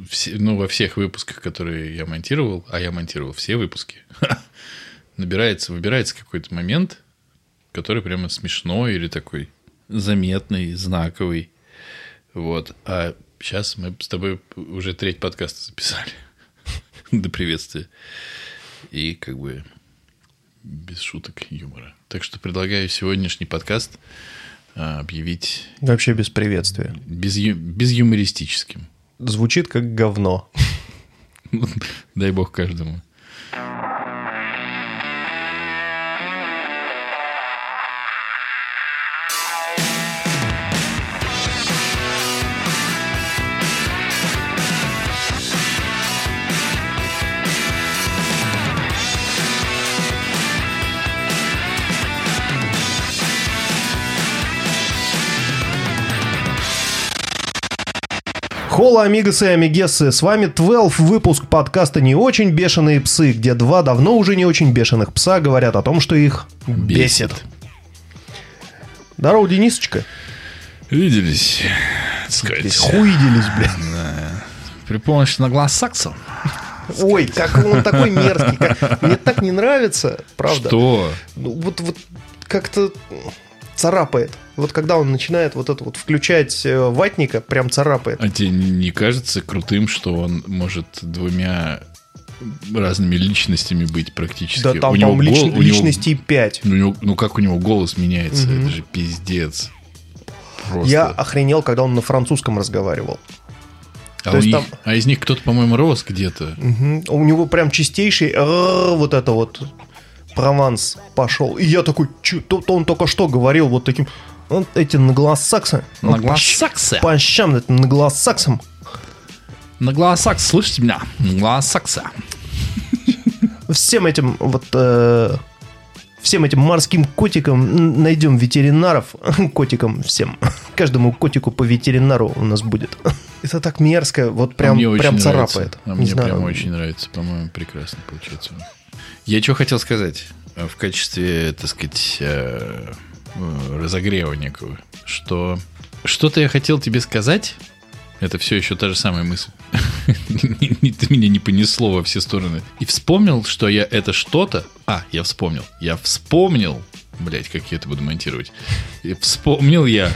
во всех выпусках, которые я монтировал, а я монтировал все выпуски, выбирается какой-то момент, который прямо смешной или такой заметный, знаковый. Вот. А сейчас мы с тобой уже 3 подкаста записали. До приветствия. И как бы без шуток юмора. Так что предлагаю сегодняшний подкаст объявить... Вообще без приветствия. Без юмористическим. Звучит как говно. Дай бог каждому. Холла, амигосы и амигессы, с вами 12 выпуск подкаста «Не очень бешеные псы», где 2 давно уже не очень бешеных пса говорят о том, что их бесит. Здорово, Денисочка. Виделись, Хуиделись, блядь. Да. При помощи англосаксов. Ой, как он такой мерзкий. Мне так не нравится, правда. Что? Ну, вот как-то царапает. Вот когда он начинает вот это вот включать ватника, прям царапает. А тебе не кажется крутым, что он может 2 разными личностями быть практически? Да там, по-моему, личностей 5. Ну, как у него голос меняется? Это же пиздец. Просто. Я охренел, когда он на французском разговаривал. А из них кто-то, по-моему, рос где-то. У него прям чистейший вот это вот Прованс пошел. И я такой, он только что говорил вот таким... Вот эти наглосаксы. Наглосаксы? По щам, это наглосаксом. Наглосакс, слышите меня? Наглосаксы. Всем этим морским котикам найдем ветеринаров. Котикам всем. Каждому котику по ветеринару у нас будет. Это так мерзко, вот прям царапает. Мне прям очень нравится, по-моему, прекрасно получается. Я что хотел сказать в качестве, так сказать, разогрева некого, что что-то я хотел тебе сказать, это все еще та же самая мысль. Меня не понесло во все стороны. И вспомнил, что я это что-то... Я вспомнил, блять, как я это буду монтировать. И вспомнил я,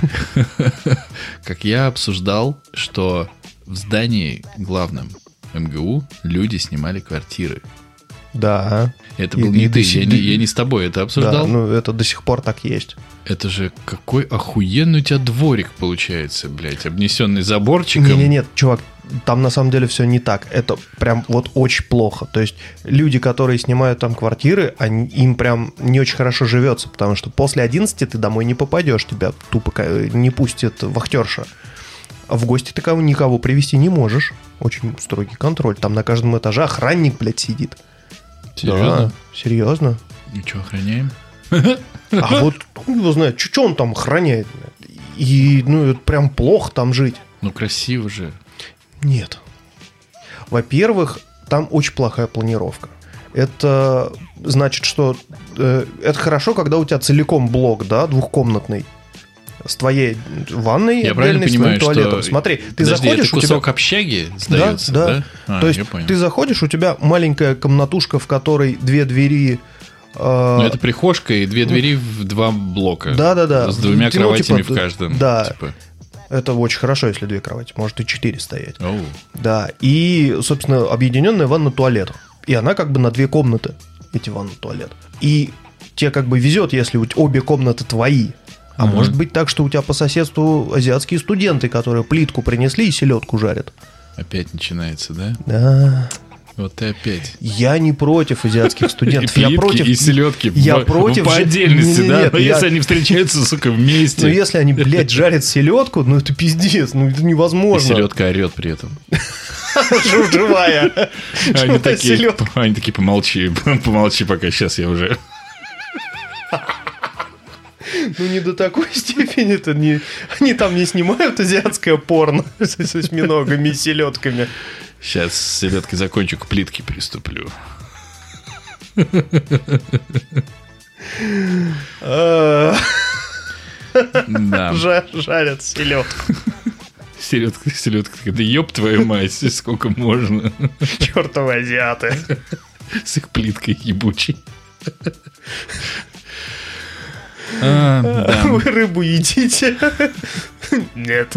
как я обсуждал, что в здании главном МГУ люди снимали квартиры. Да. Это был не ты, я не с тобой это обсуждал. Да, ну это до сих пор так есть. Это же какой охуенный у тебя дворик получается, блядь, обнесенный заборчиком. Нет, чувак, там на самом деле все не так. Это прям вот очень плохо. То есть люди, которые снимают там квартиры, им прям не очень хорошо живется, потому что после 11 ты домой не попадешь, тебя тупо не пустит вахтерша. А в гости ты никого привезти не можешь. Очень строгий контроль. Там на каждом этаже охранник, блядь, сидит. Серьезно? Да, серьезно. И что, охраняем? А вот кто знает, что он там охраняет. И, это прям плохо там жить. Ну, красиво же. Нет. Во-первых, там очень плохая планировка. Это значит, что это хорошо, когда у тебя целиком блок, да, двухкомнатный, с твоей ванной, я правильно понимаю, с твоим туалетом. что... Смотри, ты Подожди, заходишь, это кусок общаги сдается, да? То есть ты заходишь, у тебя маленькая комнатушка, в которой 2 двери... Ну, это прихожка и 2 двери в 2 блока. Да. С 2 кроватями в каждом. Да. Типа. Это очень хорошо, если 2 кровати. Может и 4 стоять. Оу. Да. И, собственно, объединенная ванна-туалет. И она как бы на 2 комнаты, эти ванна-туалет. И тебе как бы везет, если обе комнаты твои. А может быть так, что у тебя по соседству азиатские студенты, которые плитку принесли и селедку жарят. Опять начинается, да? Да. Вот ты опять. Я не против азиатских студентов. И плитки, и селедки. Я против... По отдельности, да? Но если они встречаются, сука, вместе. Ну, если они, блядь, жарят селедку, это пиздец, это невозможно. И селедка орет при этом. Живая. Они такие, помолчи, пока сейчас я уже... Ну, не до такой степени-то. Они там не снимают азиатское порно с осьминогами и селедками. Сейчас с селедкой закончу, к плитке приступлю. Жарят селедку. Селедка, да ёб твою мать, сколько можно. Чёртовы азиаты. С их плиткой ебучей. Да. Вы рыбу едите? Нет.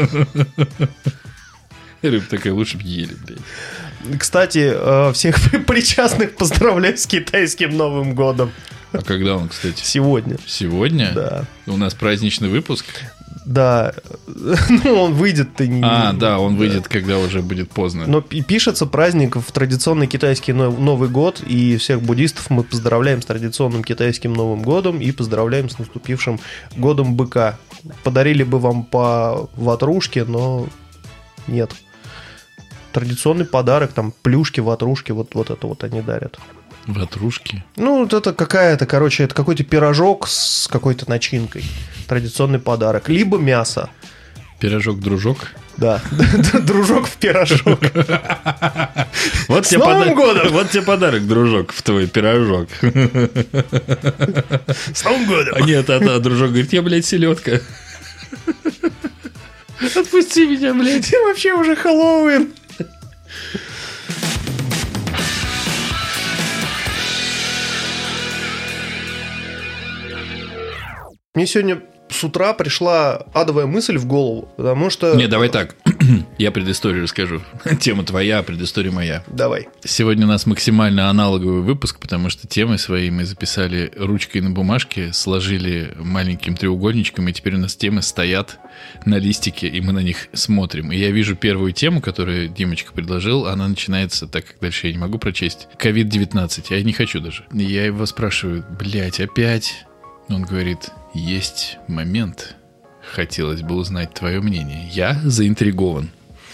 Рыба такая, лучше бы ели, блядь. Кстати, всех причастных поздравляю с китайским Новым годом. А когда он, кстати? Сегодня. Сегодня? Да. У нас праздничный выпуск? Да. Ну, он выйдет-то не... Да, он выйдет, когда уже будет поздно. Но пишется праздник в традиционный китайский Новый год, и всех буддистов мы поздравляем с традиционным китайским Новым годом и поздравляем с наступившим годом быка. Подарили бы вам по ватрушке, но нет. Традиционный подарок, там, плюшки, ватрушки, вот это вот они дарят. Ватрушки? Ну, вот это какая-то, короче, это какой-то пирожок с какой-то начинкой. Традиционный подарок. Либо мясо. Пирожок-дружок? Да, дружок в пирожок. Вот тебе Новым годом! Вот тебе подарок, дружок, в твой пирожок. С Новым годом! А нет, дружок говорит, я, блядь, селедка. Отпусти меня, блядь. Ты вообще уже Хэллоуин. Мне сегодня с утра пришла адовая мысль в голову, потому что... Не, давай так. Я предысторию расскажу. Тема твоя, а предыстория моя. Давай. Сегодня у нас максимально аналоговый выпуск, потому что темы свои мы записали ручкой на бумажке, сложили маленьким треугольничком, и теперь у нас темы стоят на листике, и мы на них смотрим. И я вижу первую тему, которую Димочка предложил, она начинается, так как дальше я не могу прочесть, COVID-19. Я не хочу даже. Я его спрашиваю, блять, опять? Он говорит, есть момент. Хотелось бы узнать твое мнение. Я заинтригован.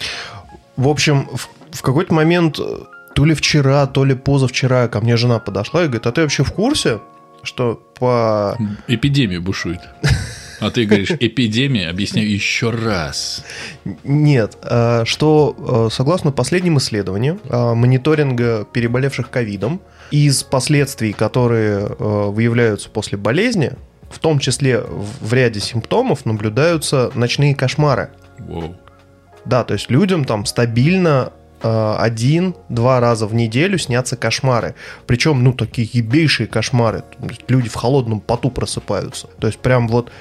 В общем, в какой-то момент, то ли вчера, то ли позавчера, ко мне жена подошла и говорит, а ты вообще в курсе, что по... Эпидемия бушует. А ты говоришь, эпидемия, объясняю еще раз. Нет, что согласно последним исследованиям мониторинга переболевших ковидом, из последствий, которые выявляются после болезни, в том числе в ряде симптомов наблюдаются ночные кошмары. Wow. Да, то есть людям там стабильно 1-2 раза в неделю снятся кошмары. Причем, ну, такие ебейшие кошмары. Люди в холодном поту просыпаются. То есть прям вот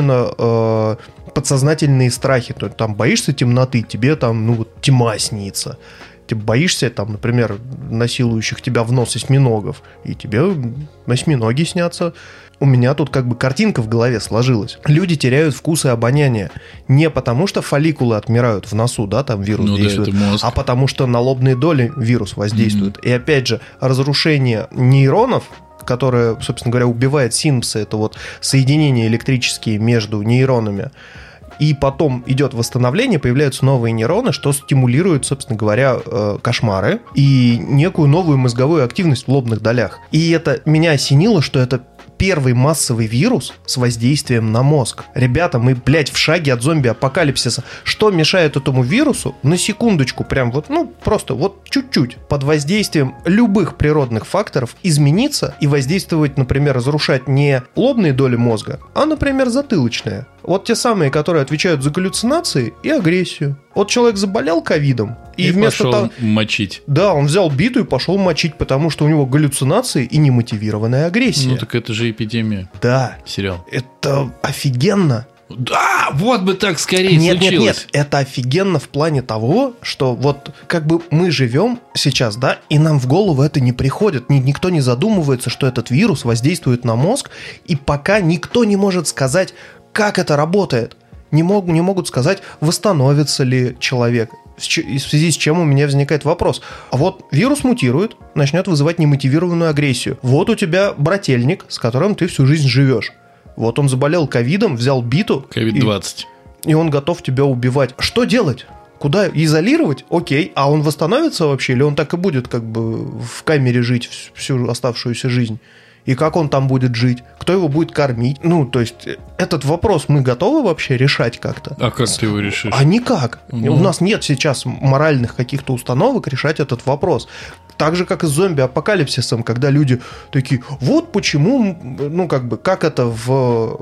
именно подсознательные страхи. То есть там боишься темноты, тебе там, ну, вот тьма снится. Ты боишься, там, например, насилующих тебя в нос осьминогов, и тебе осьминоги снятся. У меня тут как бы картинка в голове сложилась. Люди теряют вкус и обоняние не потому, что фолликулы отмирают в носу, да, там вирус действует, а потому что на лобные доли вирус воздействует. И опять же, разрушение нейронов, которое, собственно говоря, убивает синапсы, это вот соединения электрические между нейронами, и потом идет восстановление, появляются новые нейроны, что стимулирует, собственно говоря, кошмары и некую новую мозговую активность в лобных долях. И это меня осенило, что это первый массовый вирус с воздействием на мозг. Ребята, мы, блядь, в шаге от зомби-апокалипсиса. Что мешает этому вирусу, на секундочку, прям вот, ну, просто вот чуть-чуть, под воздействием любых природных факторов измениться и воздействовать, например, разрушать не лобные доли мозга, а, например, затылочные. Вот те самые, которые отвечают за галлюцинации и агрессию. Вот человек заболел ковидом, и вместо пошел того... мочить. Да, он взял биту и пошел мочить, потому что у него галлюцинации и немотивированная агрессия. Ну так это же эпидемия. Да. Сериал. Это офигенно. Да, вот бы так скорее случилось. Нет, это офигенно в плане того, что вот как бы мы живем сейчас, да, и нам в голову это не приходит. Никто не задумывается, что этот вирус воздействует на мозг, и пока никто не может сказать, как это работает. Не могут сказать, восстановится ли человек. В связи с чем у меня возникает вопрос. А вот вирус мутирует, начнет вызывать немотивированную агрессию. Вот у тебя брательник, с которым ты всю жизнь живешь. Вот он заболел ковидом, взял биту. COVID-20. И он готов тебя убивать. Что делать? Куда? Изолировать? Окей. А он восстановится вообще? Или он так и будет как бы в камере жить всю оставшуюся жизнь? И как он там будет жить? Кто его будет кормить? Ну, то есть, этот вопрос мы готовы вообще решать как-то? А как ты его решишь? А никак. У нас нет сейчас моральных каких-то установок решать этот вопрос. Так же, как и с зомби-апокалипсисом, когда люди такие, вот почему, ну, как бы, как это в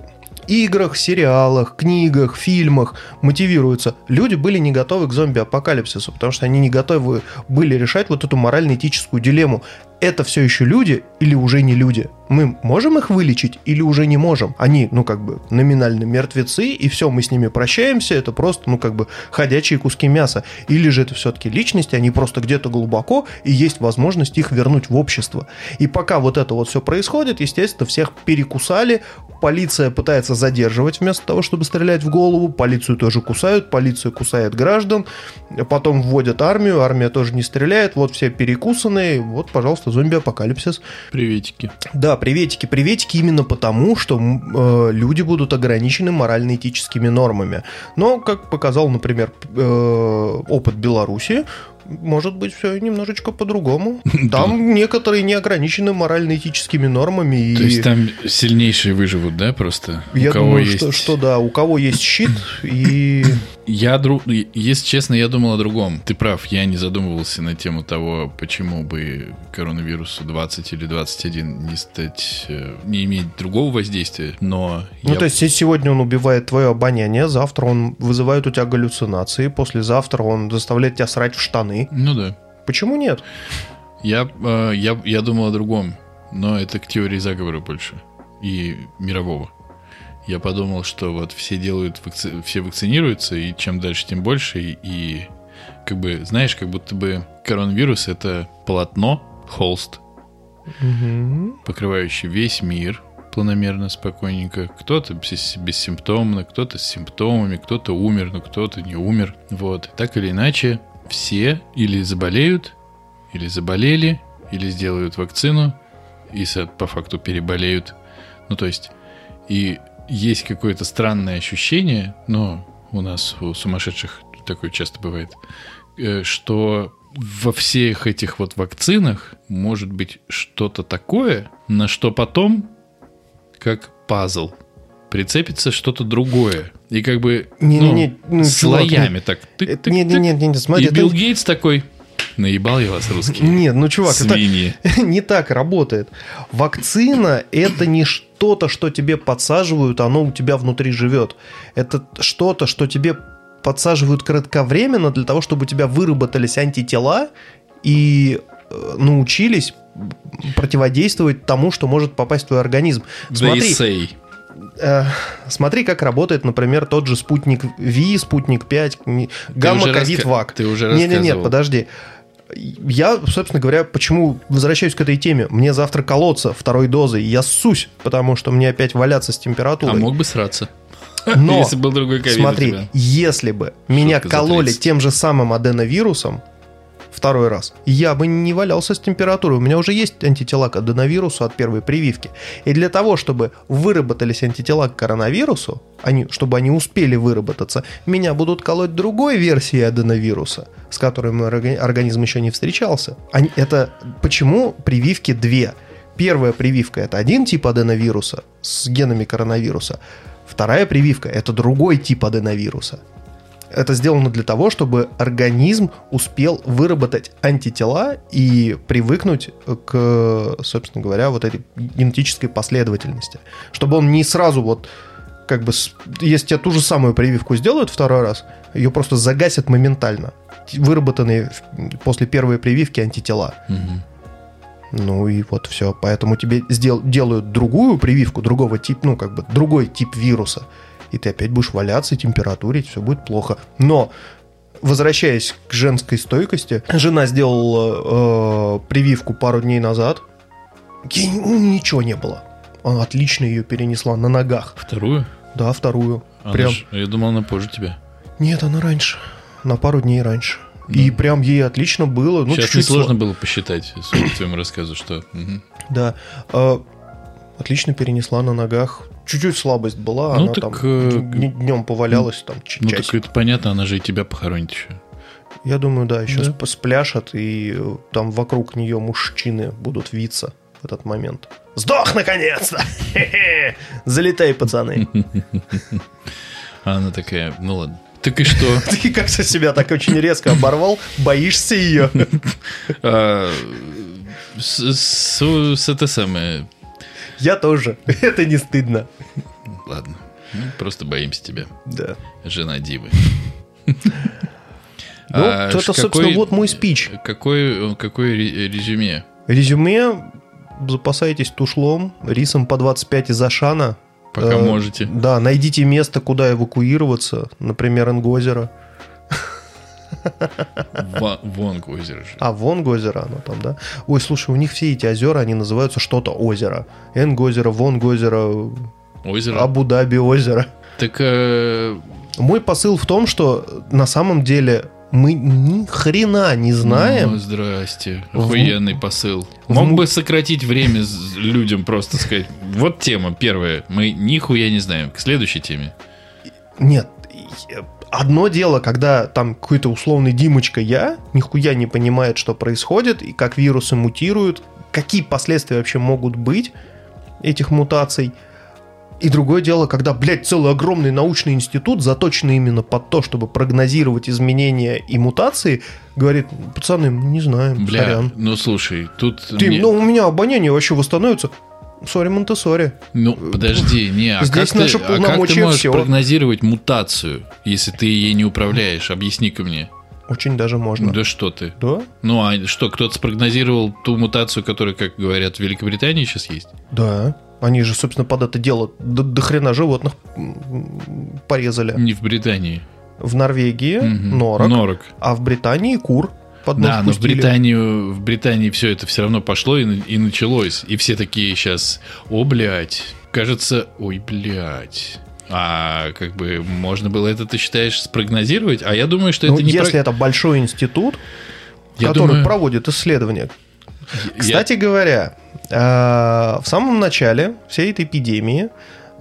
играх, сериалах, книгах, фильмах мотивируются. Люди были не готовы к зомби-апокалипсису, потому что они не готовы были решать вот эту морально-этическую дилемму. Это все еще люди или уже не люди? Мы можем их вылечить или уже не можем? Они, номинально мертвецы, и все, мы с ними прощаемся, это просто, ходячие куски мяса. Или же это все-таки личности, они просто где-то глубоко, и есть возможность их вернуть в общество. И пока вот это вот все происходит, естественно, всех перекусали, полиция пытается задерживать вместо того, чтобы стрелять в голову, полицию тоже кусают, полиция кусает граждан, потом вводят армию, армия тоже не стреляет, вот все перекусанные, вот, пожалуйста, зомби-апокалипсис. Приветики. Да, приветики именно потому, что люди будут ограничены морально-этическими нормами. Но, как показал, например, опыт Беларуси, может быть, все немножечко по-другому. Там некоторые не ограничены морально-этическими нормами. То есть там сильнейшие выживут, да, просто? Я думаю, что да, у кого есть щит и... Если честно, я думал о другом. Ты прав, я не задумывался на тему того, почему бы коронавирусу 20 или 21 не иметь другого воздействия, но... то есть сегодня он убивает твое обоняние, завтра он вызывает у тебя галлюцинации, послезавтра он заставляет тебя срать в штаны. Ну да. Почему нет? Я думал о другом, но это к теории заговора больше и мирового. Я подумал, что вот все все вакцинируются, и чем дальше, тем больше. И знаешь, как будто бы коронавирус — это полотно, холст, покрывающий весь мир планомерно, спокойненько. Кто-то бессимптомно, кто-то с симптомами, кто-то умер, но кто-то не умер. Вот. Так или иначе, все или заболеют, или заболели, или сделают вакцину, и по факту переболеют. То есть, и есть какое-то странное ощущение, но у нас, у сумасшедших такое часто бывает, что во всех этих вот вакцинах может быть что-то такое, на что потом, как пазл, прицепится что-то другое. И слоями так. Нет, смотри. И Билл Гейтс такой... Наебал я вас, русские. Нет, чувак, свиньи. Это не так работает. Вакцина – это не что-то, что тебе подсаживают, оно у тебя внутри живет. Это что-то, что тебе подсаживают кратковременно для того, чтобы у тебя выработались антитела и научились противодействовать тому, что может попасть в твой организм. Смотри, как работает, например, тот же спутник Ви, спутник 5, гамма-ковид-вак. Ты уже рассказывал. Нет, подожди. Я, собственно говоря, почему возвращаюсь к этой теме? Мне завтра колоться второй дозой, я ссусь, потому что мне опять валяться с температурой. А мог бы сраться. Но, если был другой ковид. Смотри, если бы меня кололи тем же самым аденовирусом второй раз, я бы не валялся с температурой. У меня уже есть антитела к аденовирусу от первой прививки. И для того, чтобы выработались антитела к коронавирусу, чтобы они успели выработаться, меня будут колоть другой версией аденовируса, с которой мой организм еще не встречался. Почему прививки две? Первая прививка – это один тип аденовируса с генами коронавируса. Вторая прививка – это другой тип аденовируса. Это сделано для того, чтобы организм успел выработать антитела и привыкнуть к, собственно говоря, вот этой генетической последовательности. Чтобы он не сразу если тебе ту же самую прививку сделают второй раз, ее просто загасят моментально. Выработанные после первой прививки антитела. Ну и вот все. Поэтому тебе делают другую прививку, другого типа, другой тип вируса. И ты опять будешь валяться, температурить, все будет плохо. Но, возвращаясь к женской стойкости, жена сделала прививку пару дней назад. Ей ничего не было. Она отлично ее перенесла на ногах. Вторую? Да, вторую. Я думал, она позже тебя. Нет, она раньше. На пару дней раньше. Да. И прям ей отлично было. Сейчас несложно было посчитать, судя по твоему рассказу, что... Да. Отлично перенесла на ногах. Чуть-чуть слабость была, она там днем повалялась, там часик. Так это понятно, она же и тебя похоронит еще. Я думаю, да, еще спляшет, и там вокруг нее мужчины будут виться в этот момент. Сдох, наконец-то! Залетай, пацаны. А она такая, ну ладно. Так и что? Ты как-то себя так очень резко оборвал, боишься ее. С это самое... Я тоже. Это не стыдно. Ладно. Ну, просто боимся тебя. Да. Жена Дивы. Ну, это, собственно, вот мой спич. Какое резюме? Резюме: запасайтесь тушлом, рисом по 25 из Ашана. Пока можете. Да, найдите место, куда эвакуироваться, например, Ингозеро. Вонгозеро же. Вонгозеро оно там, да? Ой, слушай, у них все эти озера, они называются что-то озеро. Энгозеро, Вонгозеро, Озеро? Абу-Даби озеро. Так... Мой посыл в том, что на самом деле мы ни хрена не знаем. Ну, здрасте. Охуенный посыл. Мог бы сократить время людям, просто сказать. Вот тема первая. Мы нихуя не знаем. К следующей теме. Нет. Одно дело, когда там какой-то условный Димочка нихуя не понимает, что происходит, и как вирусы мутируют, какие последствия вообще могут быть этих мутаций. И другое дело, когда, блядь, целый огромный научный институт, заточенный именно под то, чтобы прогнозировать изменения и мутации, говорит: пацаны, мы не знаем, бля, сорян. Ну слушай, тут... Ну у меня обоняние вообще восстановится. Сори, Монтессори. Ну, подожди, не, Здесь наши полномочия, как ты можешь все. прогнозировать мутацию, если ты ей не управляешь? Объясни-ка мне. Очень даже можно. Да что ты? Да? Ну, а что, кто-то спрогнозировал ту мутацию, которая, как говорят, в Великобритании сейчас есть? Да. Они же, собственно, под это дело до хрена животных порезали. Не в Британии. В Норвегии норок, а в Британии кур. Да, но в Британии все это все равно пошло и началось. И все такие сейчас: о, блядь, кажется, ой, блядь. А как бы можно было это, ты считаешь, спрогнозировать? А я думаю, что это не... Если это большой институт, который проводит исследования. Кстати говоря, в самом начале всей этой эпидемии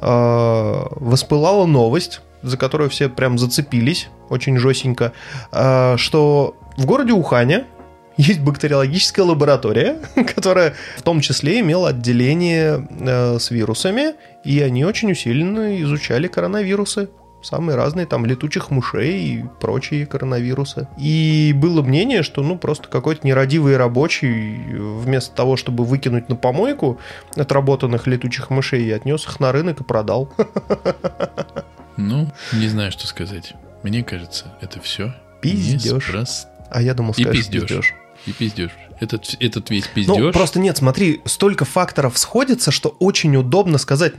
воспылала новость, за которую все прям зацепились очень жестенько, что в городе Ухане есть бактериологическая лаборатория, которая в том числе имела отделение с вирусами, и они очень усиленно изучали коронавирусы. Самые разные, там, летучих мышей и прочие коронавирусы. И было мнение, что, просто какой-то нерадивый рабочий вместо того, чтобы выкинуть на помойку отработанных летучих мышей, отнес их на рынок и продал. Ну, не знаю, что сказать. Мне кажется, это все пиздеж. А я думал, скажешь пиздеж. И пиздеж. Этот весь пиздеж. Просто нет, смотри, столько факторов сходится, что очень удобно сказать: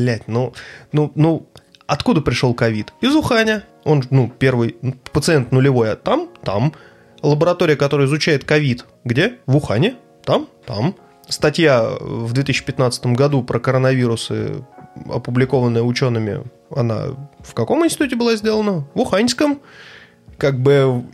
откуда пришел ковид? Из Уханя. Он, первый пациент нулевой, а там. Лаборатория, которая изучает ковид, где? В Ухане. Там. Статья в 2015 году про коронавирусы, опубликованная учеными, она в каком институте была сделана? В Уханьском. Как бы,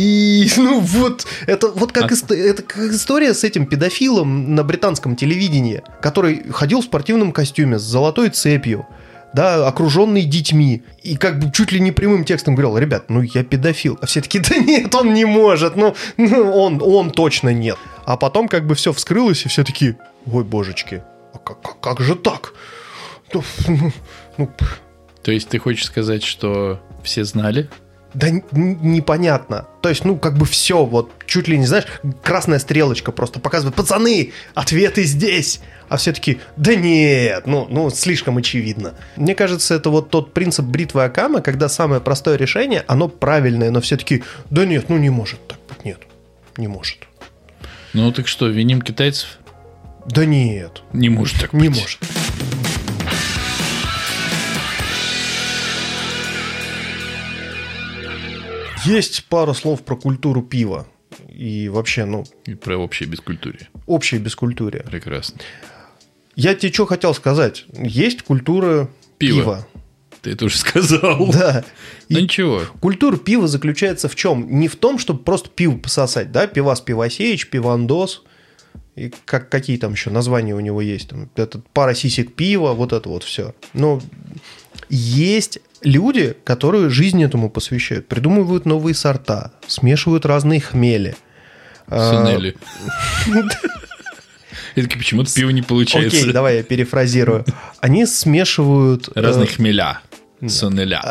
это как история с этим педофилом на британском телевидении, который ходил в спортивном костюме с золотой цепью, да, окруженный детьми, и как бы чуть ли не прямым текстом говорил: ребят, я педофил. А все такие: да нет, он не может, он точно нет. А потом как бы все вскрылось, и все такие: ой, божечки, а как же так? То есть ты хочешь сказать, что все знали? Да непонятно. То есть, все, вот чуть ли не, знаешь, красная стрелочка просто показывает: пацаны, ответы здесь. А все таки: да нет, слишком очевидно. Мне кажется, это вот тот принцип бритвы Окама, когда самое простое решение, оно правильное, но все таки: да нет, не может так быть, нет, не может. Ну так что, виним китайцев? Да нет. Не может так быть. Не может. Есть пару слов про культуру пива. И вообще, И про общее бескультурье. Общее бескультурье. Прекрасно. Я тебе что хотел сказать. Есть культура пива. Ты это уже сказал. Да. Ну ничего. Культура пива заключается в чем? Не в том, чтобы просто пиво пососать, да? Пивас Пивасеич, Пивандос. И какие там еще названия у него есть? Там, пара сисек пива, вот это вот все. Но есть люди, которые жизнь этому посвящают, придумывают новые сорта, смешивают разные хмели. Сунели. Это почему-то пиво не получается. Окей, давай я перефразирую. Они смешивают... Разные хмеля. Сунеля.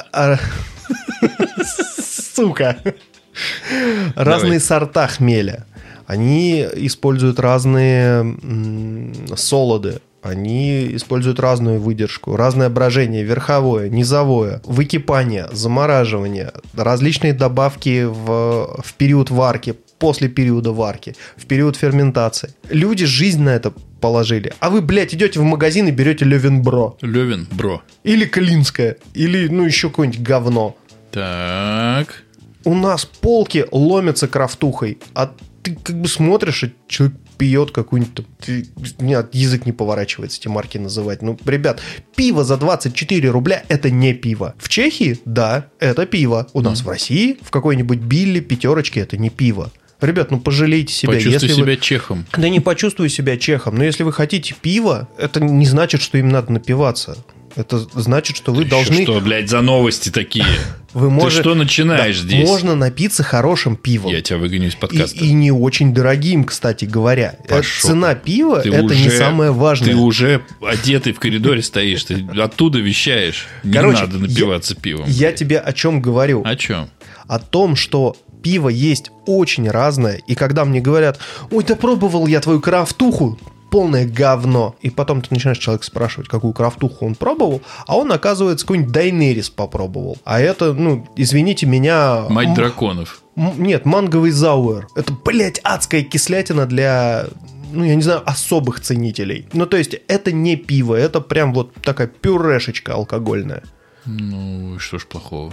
Сука. Разные сорта хмеля. Они используют разные солоды. Они используют разную выдержку, разное брожение, верховое, низовое, выкипание, замораживание, различные добавки в период варки, после периода варки, в период ферментации. Люди жизнь на это положили. А вы, блядь, идете в магазин и берете Левенбро. Левенбро. Или Клинское. Или, еще какое-нибудь говно. Так. У нас полки ломятся крафтухой, а ты как бы смотришь, и человек пьет какую-нибудь... Нет, язык не поворачивается эти марки называть. Ну, ребят, пиво за 24 рубля – это не пиво. В Чехии – да, это пиво. У нас в России в какой-нибудь Билли, пятерочке – это не пиво. Ребят, пожалейте себя. Почувствуй себя чехом. Да не почувствую себя чехом. Но если вы хотите пива, это не значит, что им надо напиваться. Это значит, что вы должны... Что, блядь, за новости такие? Ты что начинаешь здесь? Можно напиться хорошим пивом. Я тебя выгоню из подкаста. И не очень дорогим, кстати говоря. Цена пива – это не самое важное. Ты уже одетый в коридоре стоишь, ты оттуда вещаешь. Не надо напиваться пивом. Я тебе о чем говорю? О чем? О том, что пиво есть очень разное. И когда мне говорят: ой, да пробовал я твою крафтуху, полное говно. И потом ты начинаешь человека спрашивать, какую крафтуху он пробовал, а он, оказывается, какой-нибудь Дайнерис попробовал. А это, извините меня... Мать драконов. Нет, манговый зауэр. Это, блядь, адская кислятина для... я не знаю, особых ценителей. То есть, это не пиво, это прям вот такая пюрешечка алкогольная. Что ж плохого?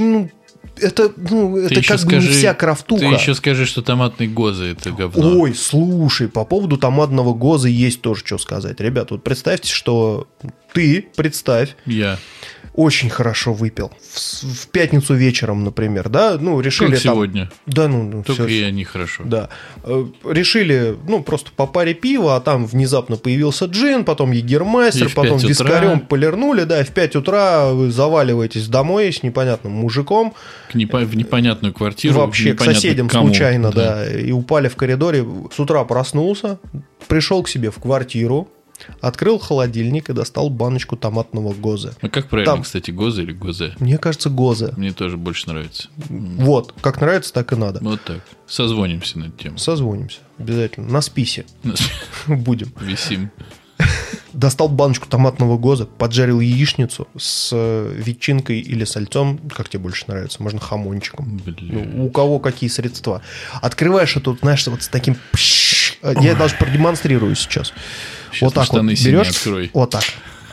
Это как бы не вся крафтуха. Ты еще скажи, что томатный гоза – это говно. Ой, слушай, по поводу томатного гоза есть тоже что сказать. Ребята, вот представьте, что представь. Я. Очень хорошо выпил. В пятницу вечером, например, да? Решили как сегодня. Да, только все. я нехорошо. Да. Решили, просто по паре пива, а там внезапно появился джин, потом егермастер, потом вискарем полирнули, да, и в 5 утра вы заваливаетесь домой с непонятным мужиком. В непонятную квартиру. Вообще, к соседям кому. Случайно, да. И упали в коридоре. С утра проснулся, пришел к себе в квартиру, открыл холодильник и достал баночку томатного гоза. А как правильно, кстати, гоза или гозе? Мне кажется, гоза. Мне тоже больше нравится. Вот, как нравится, так и надо. Вот так. Созвонимся на эту тему. Созвонимся, обязательно. На списе. Будем. Висим. Достал баночку томатного гоза, поджарил яичницу с ветчинкой или сальцом, как тебе больше нравится, можно хамончиком. У кого какие средства. Открываешь это, знаешь, вот с таким... Я даже продемонстрирую сейчас. Вот так вот берешь, вот так.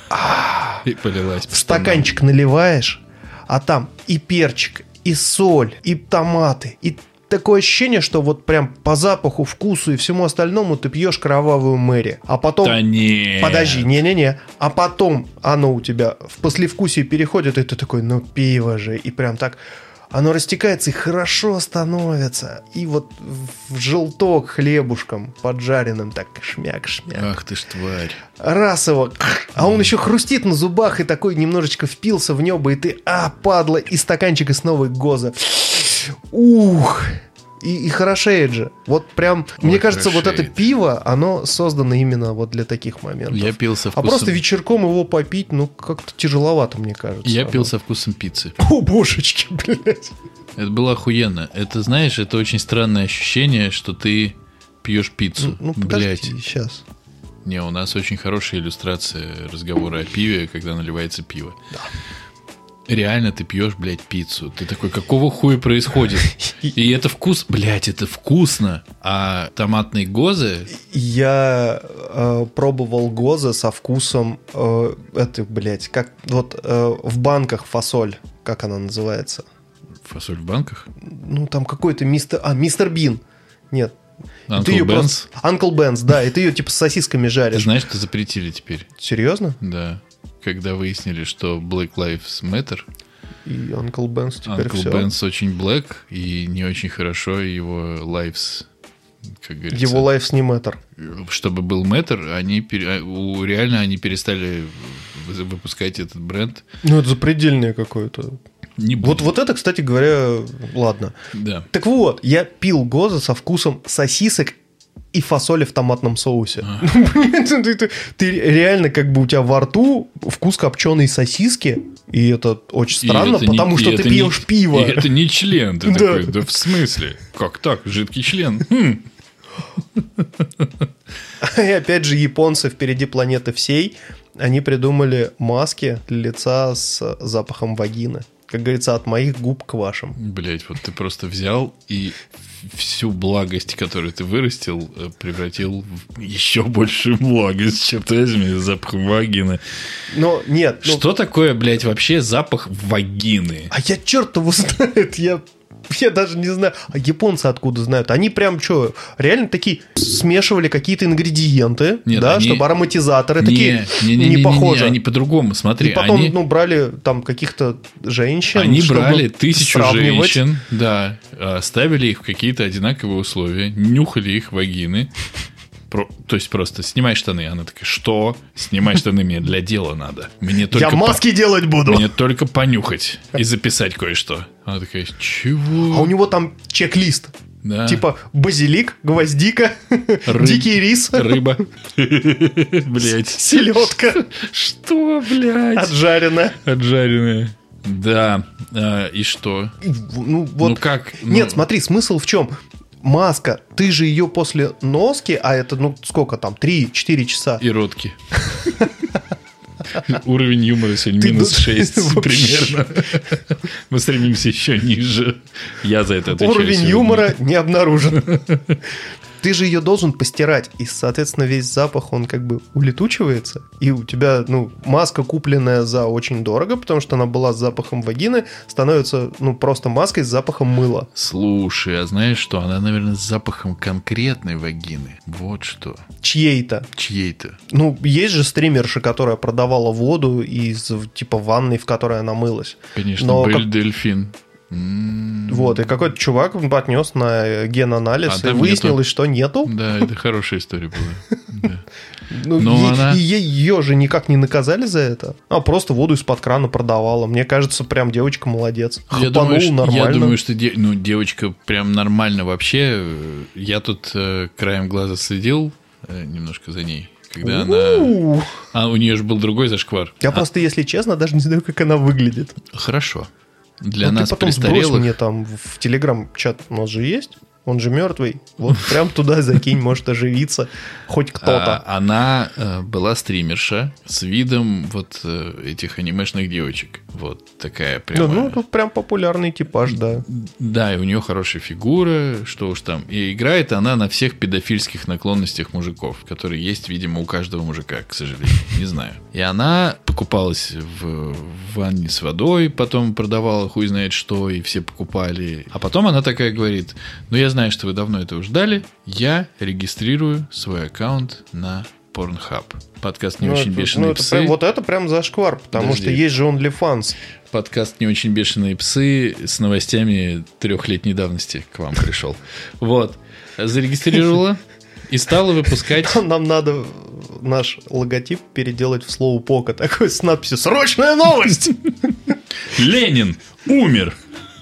И полилась. В стаканчик наливаешь, а там и перчик, и соль, и томаты, и такое ощущение, что вот прям по запаху, вкусу и всему остальному ты пьешь кровавую Мэри. А потом... Да нет. Подожди, не-не-не. А потом оно у тебя в послевкусие переходит, и ты такой, пиво же. И прям так... Оно растекается и хорошо становится. И вот в желток хлебушком поджаренным так шмяк-шмяк. Ах ты ж тварь. Раз его. А он еще хрустит на зубах и такой немножечко впился в небо. И ты, падла, и стаканчик, и снова гоза. Ух. И хорошеет же. Вот прям, мне кажется, вот это пиво, оно создано именно вот для таких моментов. Я пил со вкусом... А просто вечерком его попить, как-то тяжеловато, мне кажется. Я пил со вкусом пиццы. О, божечки, блядь. Это было охуенно. Это, знаешь, это очень странное ощущение, что ты пьешь пиццу. Подожди, сейчас. Не, у нас очень хорошая иллюстрация разговора о пиве, когда наливается пиво. Да. Реально ты пьешь, блядь, пиццу. Ты такой, какого хуя происходит? И это вкус, блядь, это вкусно. А томатные гозы... Я пробовал гозы со вкусом... как вот в банках фасоль. Как она называется? Фасоль в банках? Там какой-то мистер Бин. Нет. Uncle Ben's? Uncle Ben's, да. И ты ее типа с сосисками жаришь. Ты знаешь, что запретили теперь? Серьезно? Да. Когда выяснили, что Black Lives Matter. И Uncle Ben's теперь все. Uncle Ben's очень black и не очень хорошо. Его lives, как говорится... Его lives не matter. Чтобы был matter, реально они перестали выпускать этот бренд. Это запредельное какое-то. Не буду. Вот это, кстати говоря, ладно. Да. Так вот, я пил гоза со вкусом сосисок и фасоли в томатном соусе. Ты реально как бы у тебя во рту вкус копченой сосиски, и это очень странно, потому что ты пьешь пиво. И это не член. Ты такой, да в смысле? Как так? Жидкий член? И опять же, японцы впереди планеты всей, они придумали маски для лица с запахом вагины. Как говорится, от моих губ к вашим. Блять, вот ты просто взял и всю благость, которую ты вырастил, превратил в еще большую благость, черт возьми, с запахом вагины. Но нет. Что такое, блядь, вообще запах вагины? А я черт его знает, я даже не знаю. А японцы откуда знают? Они прям что, реально такие смешивали какие-то ингредиенты, нет, да, они... чтобы ароматизаторы такие не похожи. Они по-другому, смотри. И потом, они... брали там каких-то женщин. Они брали 1000 сравнивать. женщин, да, ставили их в какие-то одинаковые условия, нюхали их вагины. То есть просто снимай штаны. Она такая, что? Снимай штаны, мне для дела надо. Мне только я маски делать буду. Мне только понюхать и записать кое-что. Она такая, чего? А у него там чек-лист. Да. Типа базилик, гвоздика, дикий рис. Рыба. Блять. Селедка. Что, блядь? Отжаренная. Да. И что? Ну как? Нет, смотри, смысл в чем? Маска, ты же ее после носки, а это, сколько там, 3-4 часа. И ротки. Уровень юмора сегодня минус 6 примерно. Мы стремимся еще ниже. Я за это отвечаю. Уровень юмора не обнаружен. Ты же ее должен постирать, и, соответственно, весь запах, он как бы улетучивается, и у тебя, маска, купленная за очень дорого, потому что она была с запахом вагины, становится, просто маской с запахом мыла. Слушай, а знаешь что? Она, наверное, с запахом конкретной вагины. Вот что. Чьей-то. Есть же стримерша, которая продавала воду из, типа, ванной, в которой она мылась. Конечно, Белль Дельфин. Вот, и какой-то чувак отнес на генанализ, и выяснилось, что нету. Да, это хорошая история была. Ее же никак не наказали за это. А просто воду из-под крана продавала. Мне кажется, прям девочка молодец. Хапанул нормально. Я думаю, что девочка прям нормально вообще. Я тут краем глаза следил немножко за ней. Когда она... А у нее же был другой зашквар. Я просто, если честно, даже не знаю, как она выглядит. Хорошо. Для нас ты потом престарелых... сбрось мне там в Телеграм-чат, у нас же есть. Он же мертвый. Вот прям туда закинь, может оживиться хоть кто-то. Она была стримерша с видом вот этих анимешных девочек. Вот такая прям. Тут прям популярный типаж, да. Да, и у нее хорошая фигура, что уж там. И играет она на всех педофильских наклонностях мужиков, которые есть, видимо, у каждого мужика, к сожалению. Не знаю. И она покупалась в ванне с водой, потом продавала хуй знает что, и все покупали. А потом она такая говорит: я знаю, что вы давно этого ждали. Я регистрирую свой аккаунт на Pornhub. Подкаст «Не очень бешеные псы». Это прям зашквар, потому что есть же OnlyFans. Подкаст «Не очень бешеные псы» с новостями 3-летней давности к вам пришел. Вот. Зарегистрировала и стала выпускать... Нам надо наш логотип переделать в слово «пока». Такой с надписью «Срочная новость!» Ленин умер!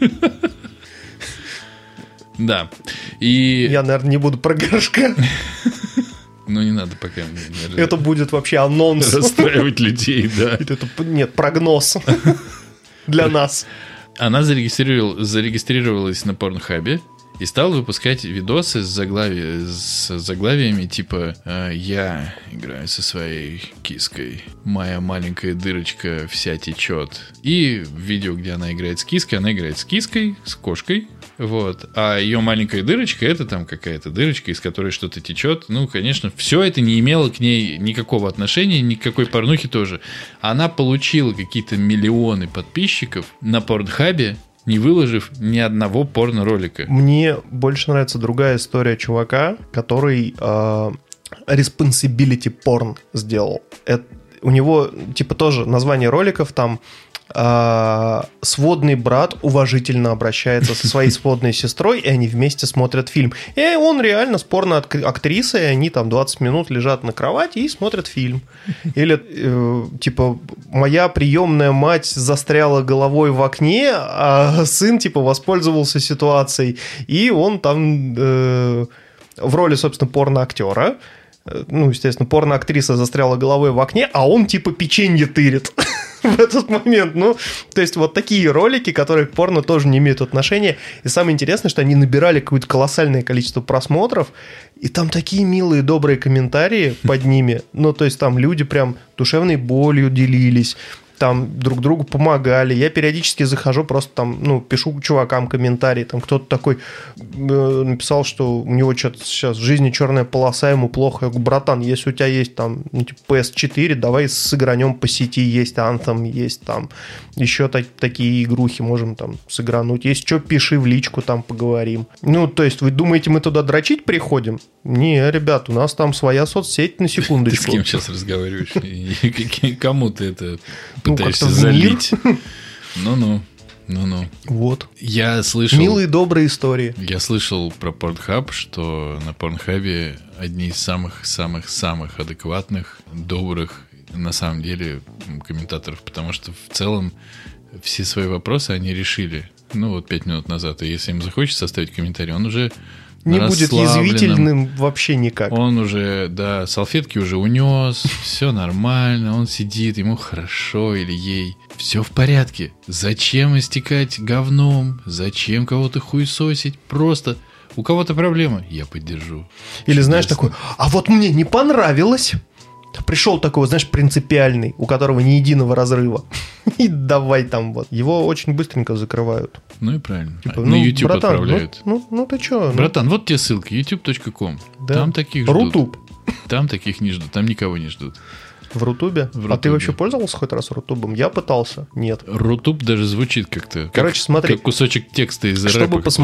Да. И... Я, наверное, не буду про горшка. Не надо пока. Это будет вообще анонс. Расстраивать людей, да. Нет, прогноз для нас. Она зарегистрировалась на Порнхабе и стала выпускать видосы с заглавиями типа «Я играю со своей киской, моя маленькая дырочка вся течет». И видео, где она играет с киской, с кошкой. Вот. А ее маленькая дырочка — это там какая-то дырочка, из которой что-то течет. Конечно, все это не имело к ней никакого отношения, никакой порнухи тоже. Она получила какие-то миллионы подписчиков на Порнхабе, не выложив ни одного порно-ролика. Мне больше нравится другая история чувака, который responsibility porn сделал. У него типа тоже название роликов там сводный брат уважительно обращается со своей сводной сестрой, и они вместе смотрят фильм. И он реально с порно-актрисой, они там 20 минут лежат на кровати и смотрят фильм. Или типа моя приемная мать застряла головой в окне, а сын типа воспользовался ситуацией, и он там в роли, собственно, порно-актера. Естественно, порно-актриса застряла головой в окне, а он типа печенье тырит. в этот момент. Ну, то есть вот такие ролики, которые к порно тоже не имеют отношения. И самое интересное, что они набирали какое-то колоссальное количество просмотров, и там такие милые, добрые комментарии под ними. Ну, то есть там люди прям душевной болью делились, там друг другу помогали. Я периодически захожу, просто там, ну, пишу чувакам комментарии. Там кто-то такой написал, что у него что-то сейчас в жизни черная полоса, ему плохо. Я говорю, братан, если у тебя есть там, ну, типа, PS4, давай сыгранем по сети. Есть Anthem, есть там еще такие игрухи, можем там сыгрануть. Если что, пиши в личку, там поговорим. Ну, то есть вы думаете, мы туда дрочить приходим? Не, ребят, у нас там своя соцсеть, на секундочку. Ты с кем сейчас разговариваешь? Кому ты это пытаешься залить? Ну-ну. Вот. Я слышал... Милые, добрые истории. Я слышал про Pornhub, что на Pornhub одни из самых-самых-самых адекватных, добрых, на самом деле, комментаторов, потому что в целом все свои вопросы они решили, ну, вот 5 минут назад, и если им захочется оставить комментарий, он уже... Не будет язвительным вообще никак. Он уже, да, салфетки уже унес, все нормально, он сидит, ему хорошо или ей. Все в порядке. Зачем истекать говном? Зачем кого-то хуесосить? Просто у кого-то проблема, я поддержу. Или знаешь такой, а вот мне не понравилось. Пришел такой, знаешь, принципиальный, у которого ни единого разрыва. И давай там вот. Его очень быстренько закрывают. Ну и правильно. Типа, на YouTube братан, отправляют. Ну ты чё? Братан, вот тебе ссылка, youtube.com. Да. Там таких ждут. Рутуб. Там таких не ждут, там никого не ждут. В Рутубе? А ты вообще пользовался хоть раз Рутубом? Я пытался. Нет. Рутуб даже звучит как-то. Короче, смотри. Как кусочек текста из чтобы рэпа.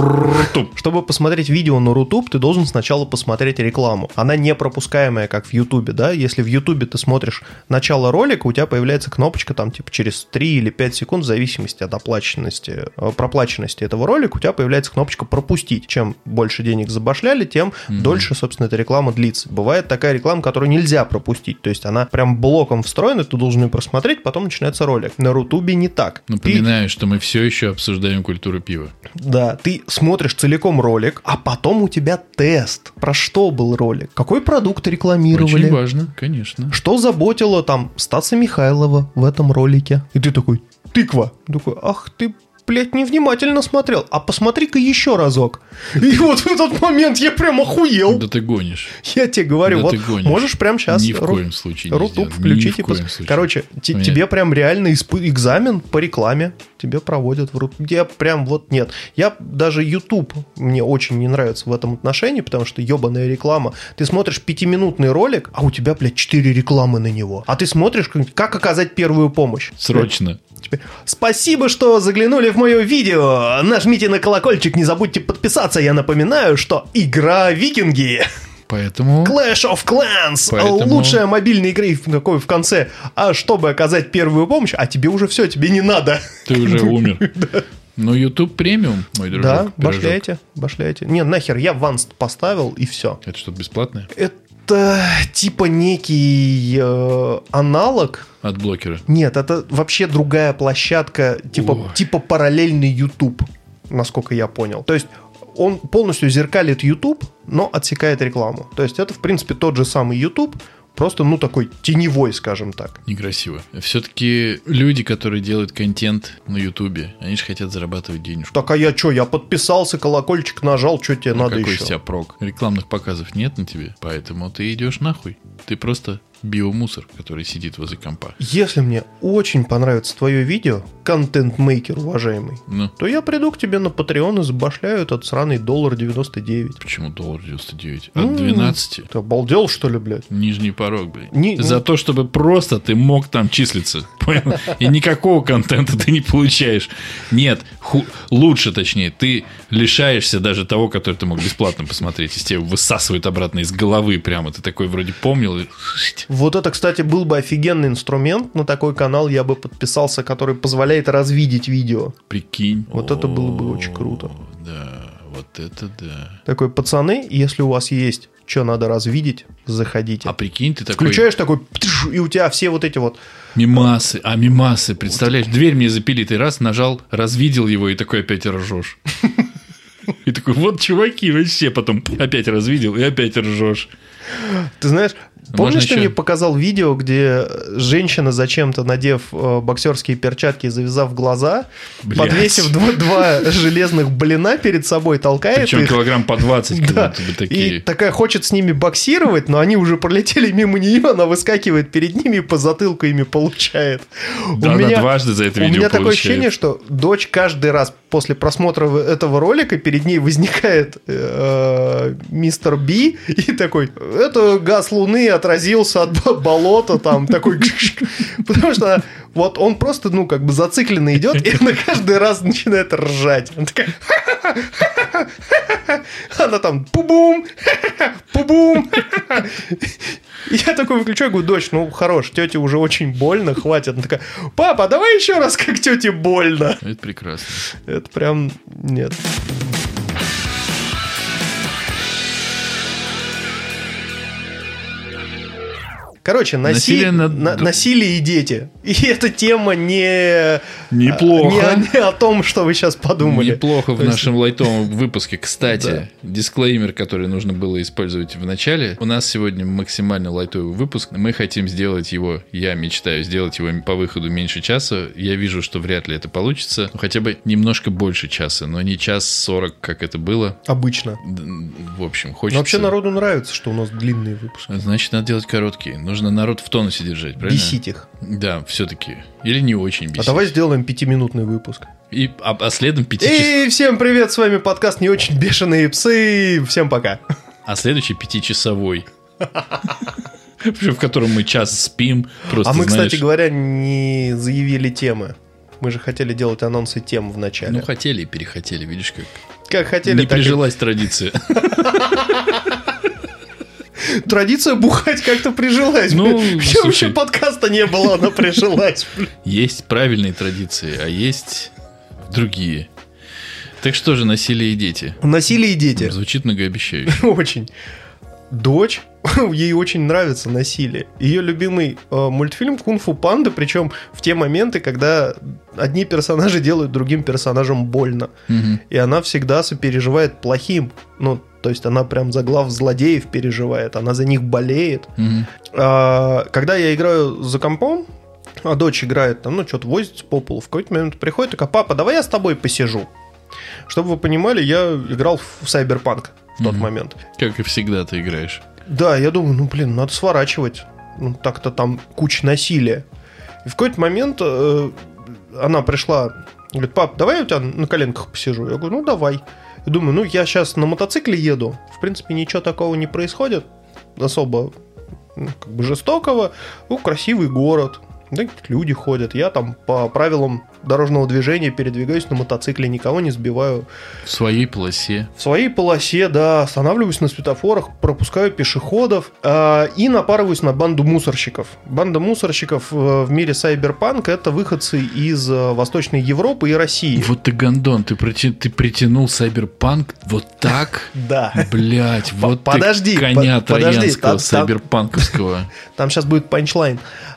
Чтобы посмотреть видео на Рутуб, ты должен сначала посмотреть рекламу. Она не пропускаемая, как в Ютубе, да? Если в Ютубе ты смотришь начало ролика, у тебя появляется кнопочка там типа через 3 или 5 секунд, в зависимости от проплаченности этого ролика, у тебя появляется кнопочка «Пропустить». Чем больше денег забашляли, тем дольше, собственно, эта реклама длится. Бывает такая реклама, которую нельзя пропустить. То есть она прям блоком встроена, ты должен ее просмотреть, потом начинается ролик. На Рутубе не так. Напоминаю, что мы все еще обсуждаем культуру пива. Да, ты смотришь целиком ролик, а потом у тебя тест. Про что был ролик? Какой продукт рекламировали? Очень важно, конечно. Что заботило там Стаса Михайлова в этом ролике? И ты такой, тыква. Такой, ах ты, блядь, невнимательно смотрел. А посмотри-ка еще разок. И вот в этот момент я прям охуел. Да ты гонишь. Я тебе говорю, да вот можешь прям сейчас ни в коем случае Рутуб включить и короче, тебе прям реально экзамен по рекламе тебе проводят в Рутуб. Я прям вот нет. Я даже YouTube мне очень не нравится в этом отношении, потому что ебаная реклама. Ты смотришь 5-минутный ролик, а у тебя, блядь, 4 рекламы на него. А ты смотришь, как оказать первую помощь. Срочно. Спасибо, что заглянули в мое видео. Нажмите на колокольчик, не забудьте подписаться. Я напоминаю, что игра «Викинги». Поэтому... Clash of Clans. Лучшая мобильная игра такой в конце. А чтобы оказать первую помощь, а тебе уже все, тебе не надо. Ты уже умер. Но YouTube премиум, мой дружок. Да, башляете. Не, нахер, я Ванс поставил и все. Это что-то бесплатное? Это типа некий аналог. От блокера? Нет, это вообще другая площадка, типа параллельный YouTube, насколько я понял. То есть он полностью зеркалит YouTube, но отсекает рекламу. То есть это, в принципе, тот же самый YouTube, просто, ну, такой теневой, скажем так. Некрасиво. Все-таки люди, которые делают контент на Ютубе, они же хотят зарабатывать денежку. Так, а я что? Я подписался, колокольчик нажал, что тебе надо какой еще? Какой из тебя прок? Рекламных показов нет на тебе, поэтому ты идешь нахуй. Ты просто биомусор, который сидит возле компа. Если мне очень понравится твое видео, контент-мейкер, уважаемый, то я приду к тебе на Patreon и забашляю этот сраный $1.99. Почему $1.99? От 12? Ты обалдел, что ли, блядь? Нижний порог, блядь. За то, чтобы просто ты мог там числиться. Понял? И никакого контента ты не получаешь. Нет, лучше, точнее, ты лишаешься даже того, который ты мог бесплатно посмотреть. Из тебя высасывают обратно из головы прямо. Ты такой вроде помнил и... Вот это, кстати, был бы офигенный инструмент. На такой канал я бы подписался, который позволяет развидеть видео. Прикинь. Вот это было бы очень круто. Да, вот это да. Такой, пацаны, если у вас есть что надо развидеть, заходите. А прикинь, ты такой... Включаешь такой, и у тебя все вот эти вот... Мемасы, представляешь, дверь мне запили, ты раз нажал, развидел его и такой опять ржешь. И такой, вот чуваки, вообще, потом опять развидел и опять ржешь. Ты знаешь, Помнишь, ты мне показал видео, где женщина, зачем-то надев боксерские перчатки и завязав глаза, подвесив два железных блина перед собой, толкает Причем их. килограмм по 20, как будто бы такие. И такая хочет с ними боксировать, но они уже пролетели мимо нее, она выскакивает перед ними и по затылку ими получает. Да, она дважды за это видео У меня такое получает. ощущение, что дочь каждый раз после просмотра этого ролика перед ней возникает мистер Би и такой: это газ Луны отразился от болота, там такой... Потому что вот он просто, ну, как бы зацикленно идет, и она каждый раз начинает ржать. Она такая... Она там пу-бум, пу-бум. Я такой выключаю, говорю: дочь, ну хорош, тете уже очень больно, хватит. Она такая: папа, давай еще раз, как тете больно. Это прекрасно. Это прям... Нет. Короче, насилие и дети. И эта тема Неплохо. не о том, что вы сейчас подумали. Неплохо в нашем лайтовом выпуске. Кстати, дисклеймер, который нужно было использовать в начале. У нас сегодня максимально лайтовый выпуск. Мы хотим сделать его, я мечтаю сделать его по выходу меньше часа. Я вижу, что вряд ли это получится. Хотя бы немножко больше часа, но не 1:40, как это было. Обычно. В общем, хочется... Но вообще народу нравится, что у нас длинные выпуски. Значит, надо делать короткие. Нужно народ в тонусе держать, правильно? Бесить их. Да, все-таки. Или не очень бесить. А давай сделаем 5-минутный выпуск. А следом 5 часов. И всем привет, с вами подкаст «Не очень бешеные псы». Всем пока. А следующий 5-часовой. В котором мы час спим. Просто, а мы, знаешь... кстати говоря, не заявили темы. Мы же хотели делать анонсы тем в начале. Ну, хотели и перехотели, видишь как. Как хотели, не так прижилась традиция. Традиция бухать как-то прижилась. Ну, Почему вообще подкаста не было, она прижилась? Есть правильные традиции, а есть другие. Так что же, насилие и дети? Насилие и дети. Звучит многообещающе. Очень. Дочь, ей очень нравится насилие. Ее любимый мультфильм «Кунг-фу панда», причем в те моменты, когда одни персонажи делают другим персонажам больно. И она всегда сопереживает плохим. Ну, то есть она прям за глав злодеев переживает, она за них болеет. Когда я играю за компом, а дочь играет там, ну, что-то возится по полу, в какой-то момент приходит такая: папа, давай я с тобой посижу. Чтобы вы понимали, я играл в Cyberpunk в тот момент. Как и всегда ты играешь. Да, я думаю, ну, блин, надо сворачивать. Ну, так-то там куча насилия. И в какой-то момент она пришла, говорит: пап, давай я у тебя на коленках посижу. Я говорю: ну, давай. Я думаю, ну, я сейчас на мотоцикле еду. В принципе, ничего такого не происходит. Особо как бы жестокого. Ну, красивый город. Да, люди ходят. Я там по правилам дорожного движения передвигаюсь на мотоцикле, никого не сбиваю. В своей полосе. В своей полосе, да. Останавливаюсь на светофорах, пропускаю пешеходов и напарываюсь на банду мусорщиков. Банда мусорщиков в мире Cyberpunk — это выходцы из Восточной Европы и России. Вот ты гондон, ты притянул Cyberpunk вот так? Да. Блять, вот подожди, ты коня троянского, сайберпанковского. Там сейчас будет панчлайн.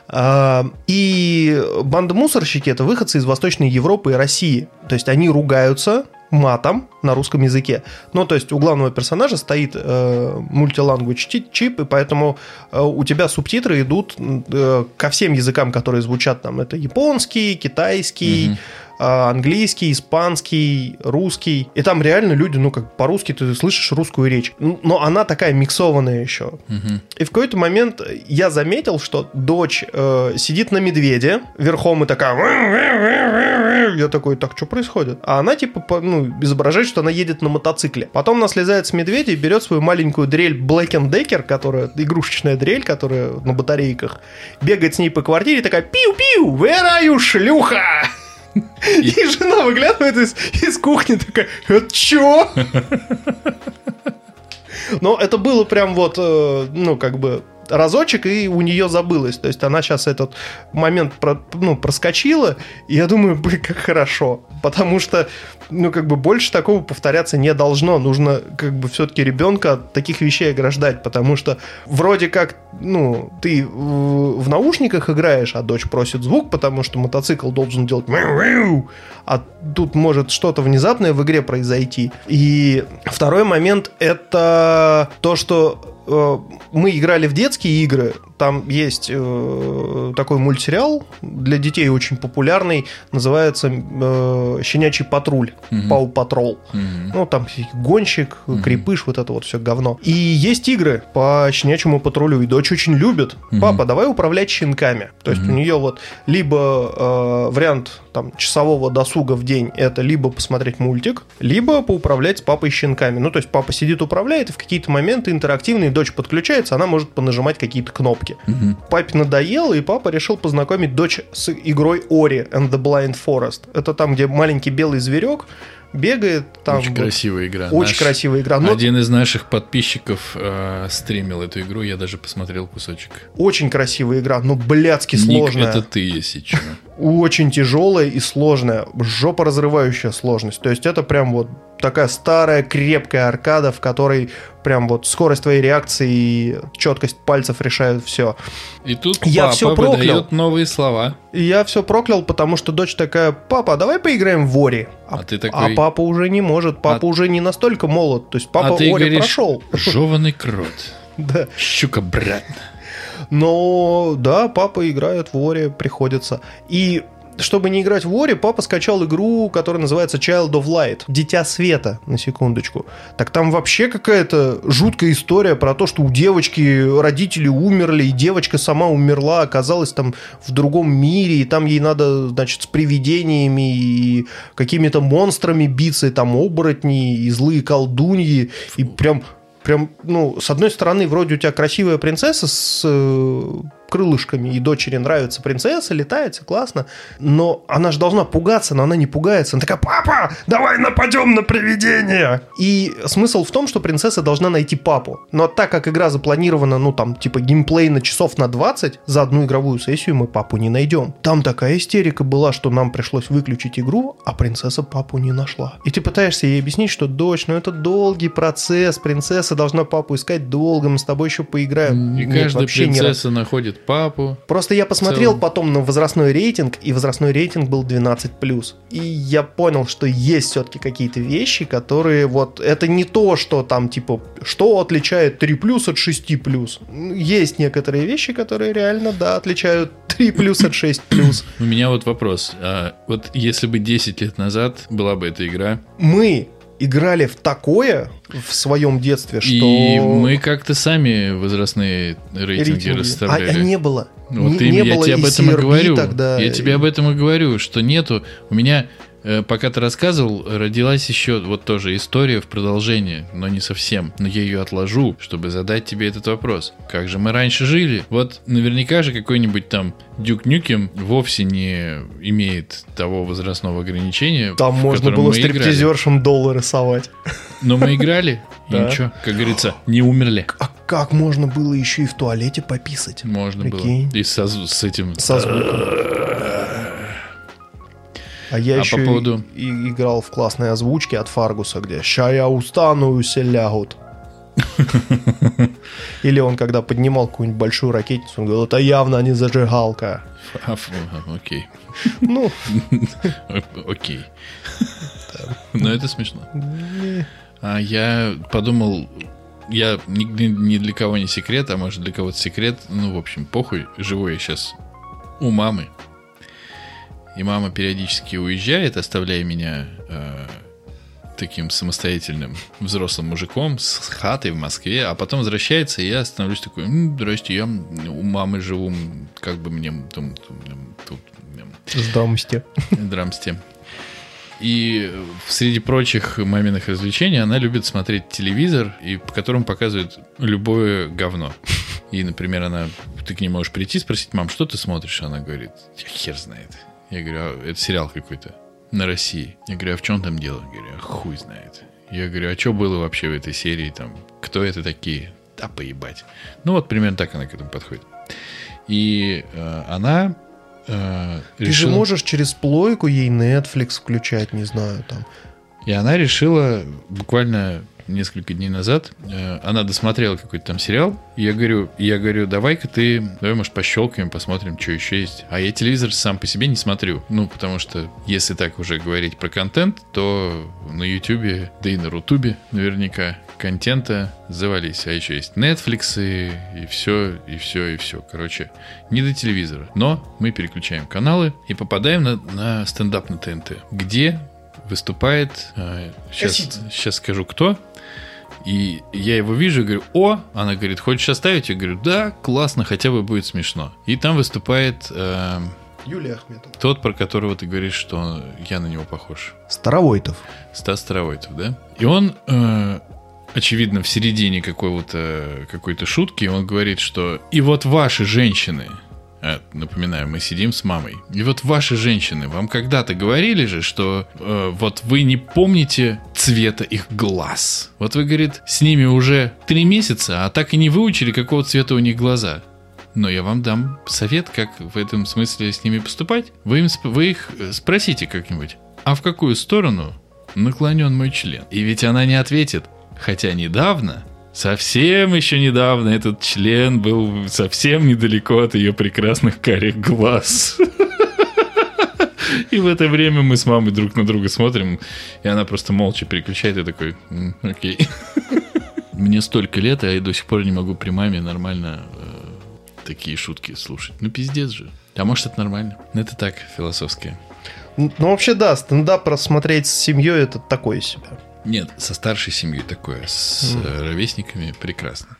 И банда мусорщики — это выходцы из Восточной Европы и России. То есть они ругаются матом на русском языке. Ну, то есть у главного персонажа стоит мультилангвидж чип, и поэтому у тебя субтитры идут ко всем языкам, которые звучат там. Это японский, китайский, английский, испанский, русский. И там реально люди, ну, как по-русски ты слышишь русскую речь. Но она такая миксованная еще. И в какой-то момент я заметил, что дочь сидит на медведе верхом и такая... Я такой: так, что происходит? А она типа, ну, изображает, что она едет на мотоцикле. Потом она слезает с медведя и берет свою маленькую дрель Black & Decker, которая игрушечная дрель, которая на батарейках, бегает с ней по квартире и такая: пиу-пиу, where are you, шлюха? И жена выглядывает из кухни такая: это чё? Но это было прям вот, ну, как бы разочек, и у нее забылось. То есть она сейчас этот момент проскочила, и я думаю, блин, как хорошо. Потому что, ну, как бы больше такого повторяться не должно. Нужно, как бы, все-таки ребенка от таких вещей ограждать, потому что вроде как, ну, ты в наушниках играешь, а дочь просит звук, потому что мотоцикл должен делать мяу, а тут может что-то внезапное в игре произойти. И второй момент — это то, что мы играли в детские игры. Там есть такой мультсериал для детей очень популярный, называется «Щенячий патруль», «Пау Патрол». Ну, там гонщик, крепыш, вот это вот все говно. И есть игры по «Щенячьему патрулю», и дочь очень любит. Папа, давай управлять щенками. То есть у нее вот либо вариант там часового досуга в день, это либо посмотреть мультик, либо поуправлять с папой щенками. Ну, то есть папа сидит, управляет, и в какие-то моменты интерактивные, дочь подключается, она может понажимать какие-то кнопки. Папе надоело, и папа решил познакомить дочь с игрой Ori and the Blind Forest. Это там, где маленький белый зверек бегает. Там очень вот красивая игра. Очень красивая игра. Но один из наших подписчиков стримил эту игру, я даже посмотрел кусочек. Очень красивая игра, но блядски сложная. Ник, это ты, если что. Очень тяжелая и сложная, жопоразрывающая сложность. То есть это прям вот такая старая крепкая аркада, в которой прям вот скорость твоей реакции и четкость пальцев решают все. И тут я папа выдает новые слова. И я все проклял, потому что дочь такая: папа, давай поиграем в Ori. А ты такой... А папа уже не может, папа уже не настолько молод. То есть папа Ori прошел. Жеванный крот. Да. Щука, брат. Но да, папа играет в Ori, приходится. И чтобы не играть в Ori, папа скачал игру, которая называется Child of Light. Дитя света, на секундочку. Так там вообще какая-то жуткая история про то, что у девочки родители умерли, и девочка сама умерла, оказалась там в другом мире, и там ей надо, значит, с привидениями и какими-то монстрами биться, и там оборотни, и злые колдуньи, и прям, ну, с одной стороны, вроде у тебя красивая принцесса с крылышками, и дочери нравится принцесса, летает, все классно, но она же должна пугаться, но она не пугается. Она такая: папа, давай нападем на привидение! И смысл в том, что принцесса должна найти папу. Но так как игра запланирована, ну, там, типа, геймплей на часов на 20, за одну игровую сессию мы папу не найдем. Там такая истерика была, что нам пришлось выключить игру, а принцесса папу не нашла. И ты пытаешься ей объяснить, что: дочь, ну это долгий процесс, принцесса должна папу искать долго, мы с тобой еще поиграем. И каждая принцесса находит папу. Просто я посмотрел потом на возрастной рейтинг, и возрастной рейтинг был 12+. И я понял, что есть все-таки какие-то вещи, которые вот... Это не то, что там, типа, что отличает 3+ от 6+. Есть некоторые вещи, которые реально, да, отличают 3+ от 6+. У меня вот вопрос. Вот если бы 10 лет назад была бы эта игра... Мы играли в такое в своем детстве, что... И мы как-то сами возрастные рейтинги расставляли. А не было. Вот не я было тебе об этом и говорю. Тогда. Я тебе об этом и говорю, что нету. У меня, пока ты рассказывал, родилась еще вот тоже история в продолжение, но не совсем. Но я ее отложу, чтобы задать тебе этот вопрос. Как же мы раньше жили? Вот наверняка же какой-нибудь там Duke Nukem вовсе не имеет того возрастного ограничения. Там можно было стриптизершам доллары совать. Но мы играли, и ничего, как говорится, не умерли. А как можно было еще и в туалете пописать? Можно было. И с этим... Со звуком. А я еще по поводу... и играл в классной озвучке от Фаргуса, где «Ща я устану, и все лягут». Или он, когда поднимал какую-нибудь большую ракетницу, он говорил: это явно не зажигалка. Окей. Ну. Окей. Но это смешно. А я подумал, я ни для кого не секрет, а может для кого-то секрет. Ну, в общем, похуй. Живу я сейчас у мамы. И мама периодически уезжает, оставляя меня таким самостоятельным взрослым мужиком с хатой в Москве, а потом возвращается, и я становлюсь такой: здрасте, я у мамы живу, как бы мне тут... Здравствуйте. Здравствуйте. И среди прочих маминых развлечений она любит смотреть телевизор, и по которому показывают любое говно. И, например, ты к ней можешь прийти и спросить: мам, что ты смотришь? Она говорит: хер знает. Я говорю: это сериал какой-то на России. Я говорю: а в чем там дело? Я говорю: хуй знает. Я говорю: а что было вообще в этой серии? Там, кто это такие? Да поебать. Ну вот примерно так она к этому подходит. И она решила... Ты же можешь через плойку ей Netflix включать, не знаю, там. И она решила буквально несколько дней назад, она досмотрела какой-то там сериал, и я говорю: давай, может, пощелкаем, посмотрим, что еще есть. А я телевизор сам по себе не смотрю. Ну, потому что, если так уже говорить про контент, то на Ютубе, да и на Рутубе наверняка контента завались. А еще есть Netflix и все. Короче, не до телевизора. Но мы переключаем каналы и попадаем на стендап на ТНТ, где выступает... Сейчас скажу, кто. И я его вижу и говорю: о, она говорит, хочешь оставить? Я говорю: да, классно, хотя бы будет смешно. И там выступает Юлия Ахметова. тот, про которого ты говоришь, что я на него похож. Старовойтов. Стас Старовойтов, да? И он, очевидно, в середине какой-то шутки, он говорит, что и вот ваши женщины... Напоминаю, мы сидим с мамой. И вот ваши женщины вам когда-то говорили же, что вот вы не помните цвета их глаз. Вот вы, говорит, с ними уже 3 месяца, а так и не выучили, какого цвета у них глаза. Но я вам дам совет, как в этом смысле с ними поступать. Вы их спросите как-нибудь: а в какую сторону наклонен мой член? И ведь она не ответит. Хотя недавно... Совсем еще недавно этот член был совсем недалеко от ее прекрасных карих глаз. И в это время мы с мамой друг на друга смотрим, и она просто молча переключает, и такой: окей. Мне столько лет, а я до сих пор не могу при маме нормально такие шутки слушать. Ну, пиздец же. А может, это нормально? Это так, философское. Ну, вообще, да, стендап рассмотреть с семьей — это такое себе. Нет, со старшей семьей такое, с ровесниками прекрасно.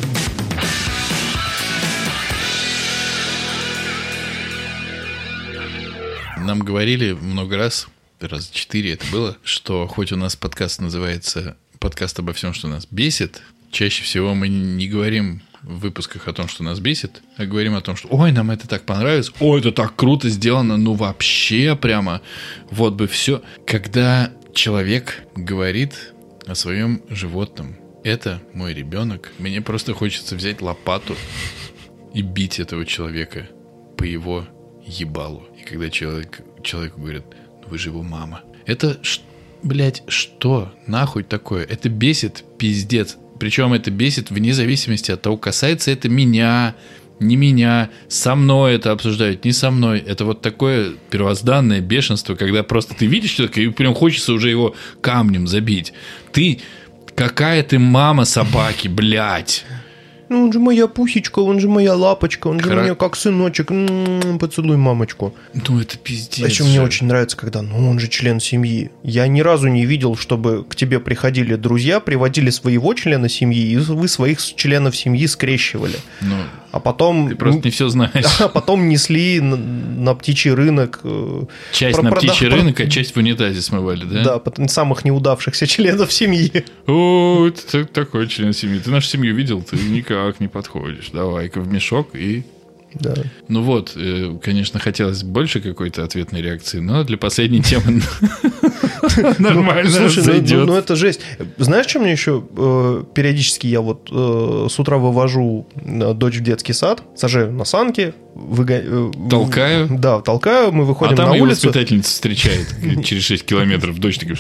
Нам говорили много раз 4 это было, что хоть у нас подкаст называется «Подкаст обо всем, что нас бесит», чаще всего мы не говорим в выпусках о том, что нас бесит, а говорим о том, что ой, нам это так понравилось, ой, это так круто сделано, ну вообще прямо, вот бы все. Когда человек говорит о своем животном: это мой ребенок, мне просто хочется взять лопату и бить этого человека по его ебалу. И когда человеку говорят: ну вы же его мама. Это, блядь, что нахуй такое? Это бесит пиздец. Причем это бесит вне зависимости от того, касается это меня, не меня, со мной это обсуждают, не со мной. Это вот такое первозданное бешенство, когда просто ты видишь человека, и прям хочется уже его камнем забить. Какая ты мама собаки, блядь. Ну, он же моя пусечка, он же моя лапочка, он же мне как сыночек. Поцелуй мамочку. Ну, это пиздец. А еще мне очень нравится, когда, он же член семьи. Я ни разу не видел, чтобы к тебе приходили друзья, приводили своего члена семьи, и вы своих членов семьи скрещивали. Ну, а потом... Ты просто не все знаешь. А потом несли на птичий рынок. Часть на птичий рынок, а часть в унитазе смывали, да? Да, самых неудавшихся членов семьи. О, ты такой член семьи. Ты нашу семью видел? Ты никак не подходишь. Давай-ка в мешок и... Да. Ну вот, конечно, хотелось больше какой-то ответной реакции, но для последней темы нормально зайдет. Ну это жесть. Знаешь, что мне еще периодически я вот с утра вывожу дочь в детский сад, сажаю на санки, толкаю? Да, толкаю, мы выходим на улицу. А там ее воспитательница встречает через 6 километров, дочь такая...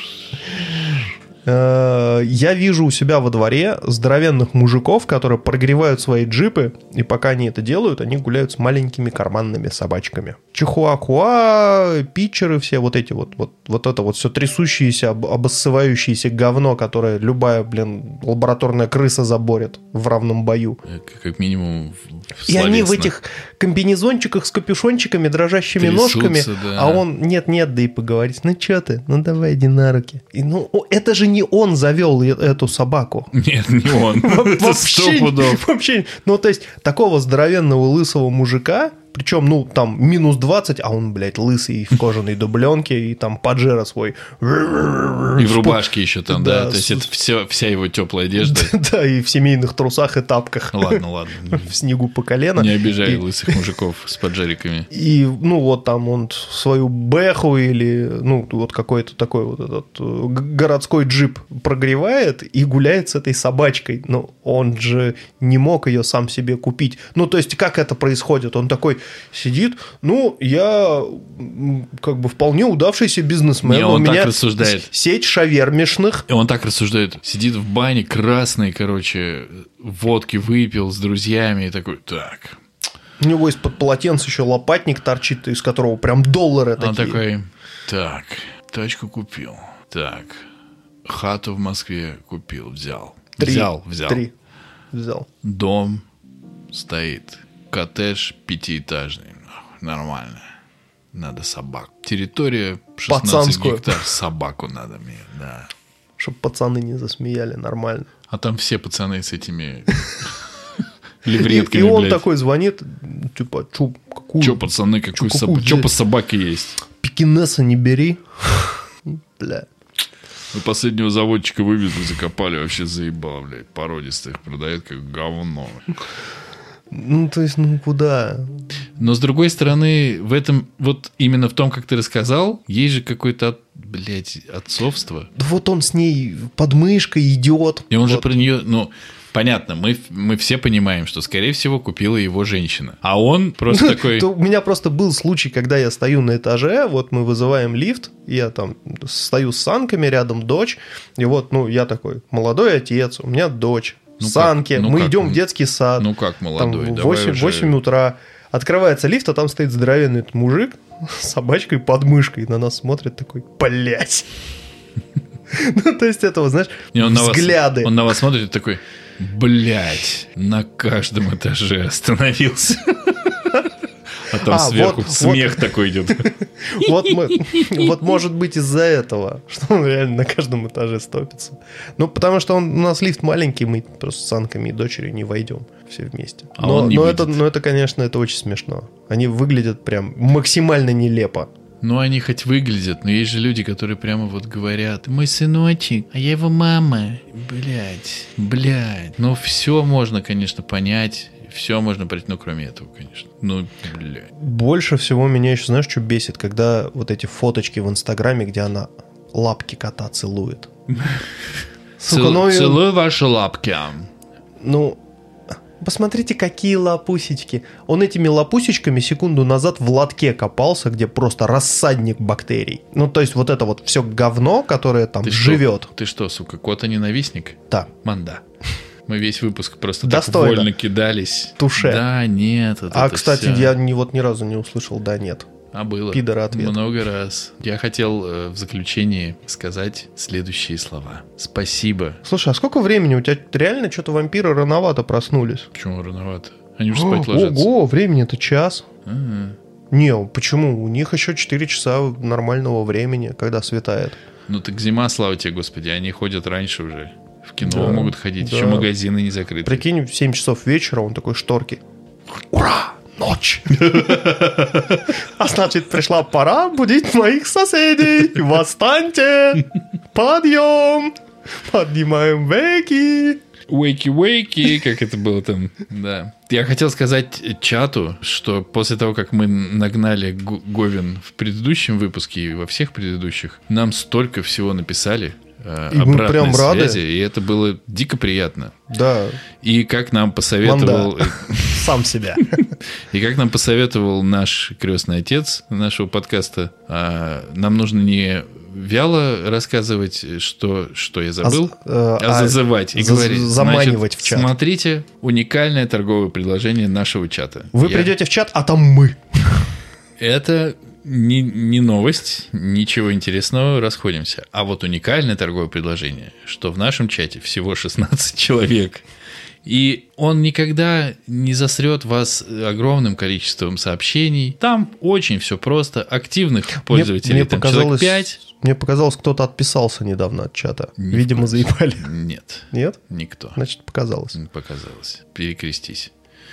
Я вижу у себя во дворе здоровенных мужиков, которые прогревают свои джипы, и пока они это делают, они гуляют с маленькими карманными собачками. Чихуахуа, питчеры все, вот эти вот это вот все трясущееся, обоссывающееся говно, которое любая, лабораторная крыса заборет в равном бою. Как минимум и они в этих комбинезончиках с капюшончиками, дрожащими ножками, да. А он нет, да и поговорить. Ну что ты, ну давай, иди на руки. И, это же не он завел эту собаку. Нет, не он. Это 100 пудов. Вообще, то есть, такого здоровенного лысого мужика, причем, там, минус 20, а он, блядь, лысый, в кожаной дубленке, и там Паджеро свой. И в рубашке еще там, да. То есть, это вся его теплая одежда. Да, и в семейных трусах и тапках. Ладно. В снегу по колено. Не обижай лысых мужиков с поджариками. И, вот там он свою бэху или, вот какой-то такой вот этот городской джип прогревает и гуляет с этой собачкой. Но он же не мог ее сам себе купить. То есть, как это происходит? Он такой сидит, я как бы вполне удавшийся бизнесмен. Он так рассуждает. Сеть шавермешных. И он так рассуждает. Сидит в бане красный, водки выпил с друзьями и такой, так. У него из-под полотенца еще лопатник торчит, из которого прям доллары такие. Он такой, так, тачку купил. Так, Хату в Москве купил, взял. 3. Взял. 3. Взял. Дом стоит. Коттедж 5-этажный. Нормально. Надо собак. Территория 16 Пацанскую. гектар. Собаку надо мне, да. Чтоб пацаны не засмеяли, нормально. А там все пацаны с этими И левретками, он блядь. такой звонит, типа, какую? Чё, пацаны, какую какую собаку? Чё взять? по собаке есть? Пекинеса не бери. Бля. Мы последнего заводчика вывезли, закопали, вообще заебало, блядь. Породистых продает как говно. Ну, то есть, ну, куда? Но с другой стороны, в этом, вот именно в том, как ты рассказал, есть же какое-то, блядь, отцовство. Да вот он с ней под мышкой идет. И он же Вот. про нее, ну, понятно, мы все понимаем, что, скорее всего, купила его женщина. А он просто такой... То у меня просто был случай, когда я стою на этаже, вот мы вызываем лифт, я там стою с санками, рядом дочь, и вот, ну, я такой, молодой отец, у меня дочь, Ну санки, как? Ну мы как? идем в детский сад. Ну как молодой? Там Давай 8 уже. утра. Открывается лифт, а там стоит здоровенный этот мужик с собачкой под мышкой. На нас смотрит такой, блять. Ну, то есть этого, знаешь, И он взгляды. Он на вас смотрит и такой, блядь, на каждом этаже остановился. А там сверху вот- смех такой идет. Вот может быть из-за этого, что он реально на каждом этаже стопится. Ну, потому что у нас лифт маленький, мы просто с санками и дочерью не войдем все вместе. А он не выйдет. Но это, конечно, это очень смешно. Они выглядят прям максимально нелепо. Ну, они хоть выглядят, но есть же люди, которые прямо вот говорят, мой сыночек, а я его мама. Блядь. Ну, все можно, конечно, понять, все можно пройти, ну, кроме этого, конечно. Ну, блядь. Больше всего меня еще, знаешь, что бесит, когда вот эти фоточки в Инстаграме, где она лапки кота целует. Сука, ну, Целую ваши лапки. ну, посмотрите, какие лапусечки. Он этими лапусечками секунду назад в лотке копался, где просто рассадник бактерий. Ну, то есть вот это вот все говно, которое там Ты что? живет. Ты что, сука, кота-ненавистник? Да. Манда. Мы весь выпуск просто Достойно. так вольно кидались. Туше. Да, нет. Вот А, это кстати, всё. я вот ни разу не услышал «да, нет». А было. Пидора ответ. Много раз. Я хотел в заключении сказать следующие слова. Спасибо. Слушай, а сколько времени? У тебя реально что-то вампиры рановато проснулись? Почему рановато? Они уже спать ложатся. Ого, времени-то час. Ага. Не, почему? У них еще 4 часа нормального времени, когда светает. Ну так зима, слава тебе, Господи. Они ходят раньше уже. В кино Да, могут ходить. да. Еще магазины не закрыты. Прикинь, в 7 часов вечера он такой шторки. Ура! Ночь! А значит, пришла пора будить моих соседей. Восстаньте! Подъем! Поднимаем веки! Wakey, как это было там. Да. Я хотел сказать чату, что после того, как мы нагнали Говен в предыдущем выпуске и во всех предыдущих, нам столько всего написали. И мы Обратной прям рады. связи, и это было дико приятно. Да, И как нам посоветовал, сам себя. и как нам посоветовал наш крестный отец нашего подкаста, нам нужно не вяло рассказывать, что я забыл, а зазывать и говорить. Заманивать Значит, в чат. Смотрите уникальное торговое предложение нашего чата. Вы придете в чат, а там мы. Это не новость, ничего интересного, расходимся. А вот уникальное торговое предложение, что в нашем чате всего 16 человек. И он никогда не засрет вас огромным количеством сообщений. Там очень все просто. Активных пользователей Мне там человек 5. Мне показалось, кто-то отписался недавно от чата. Не Видимо, заебали. Нет, Нет? никто. Значит, показалось. Не показалось. Перекрестись.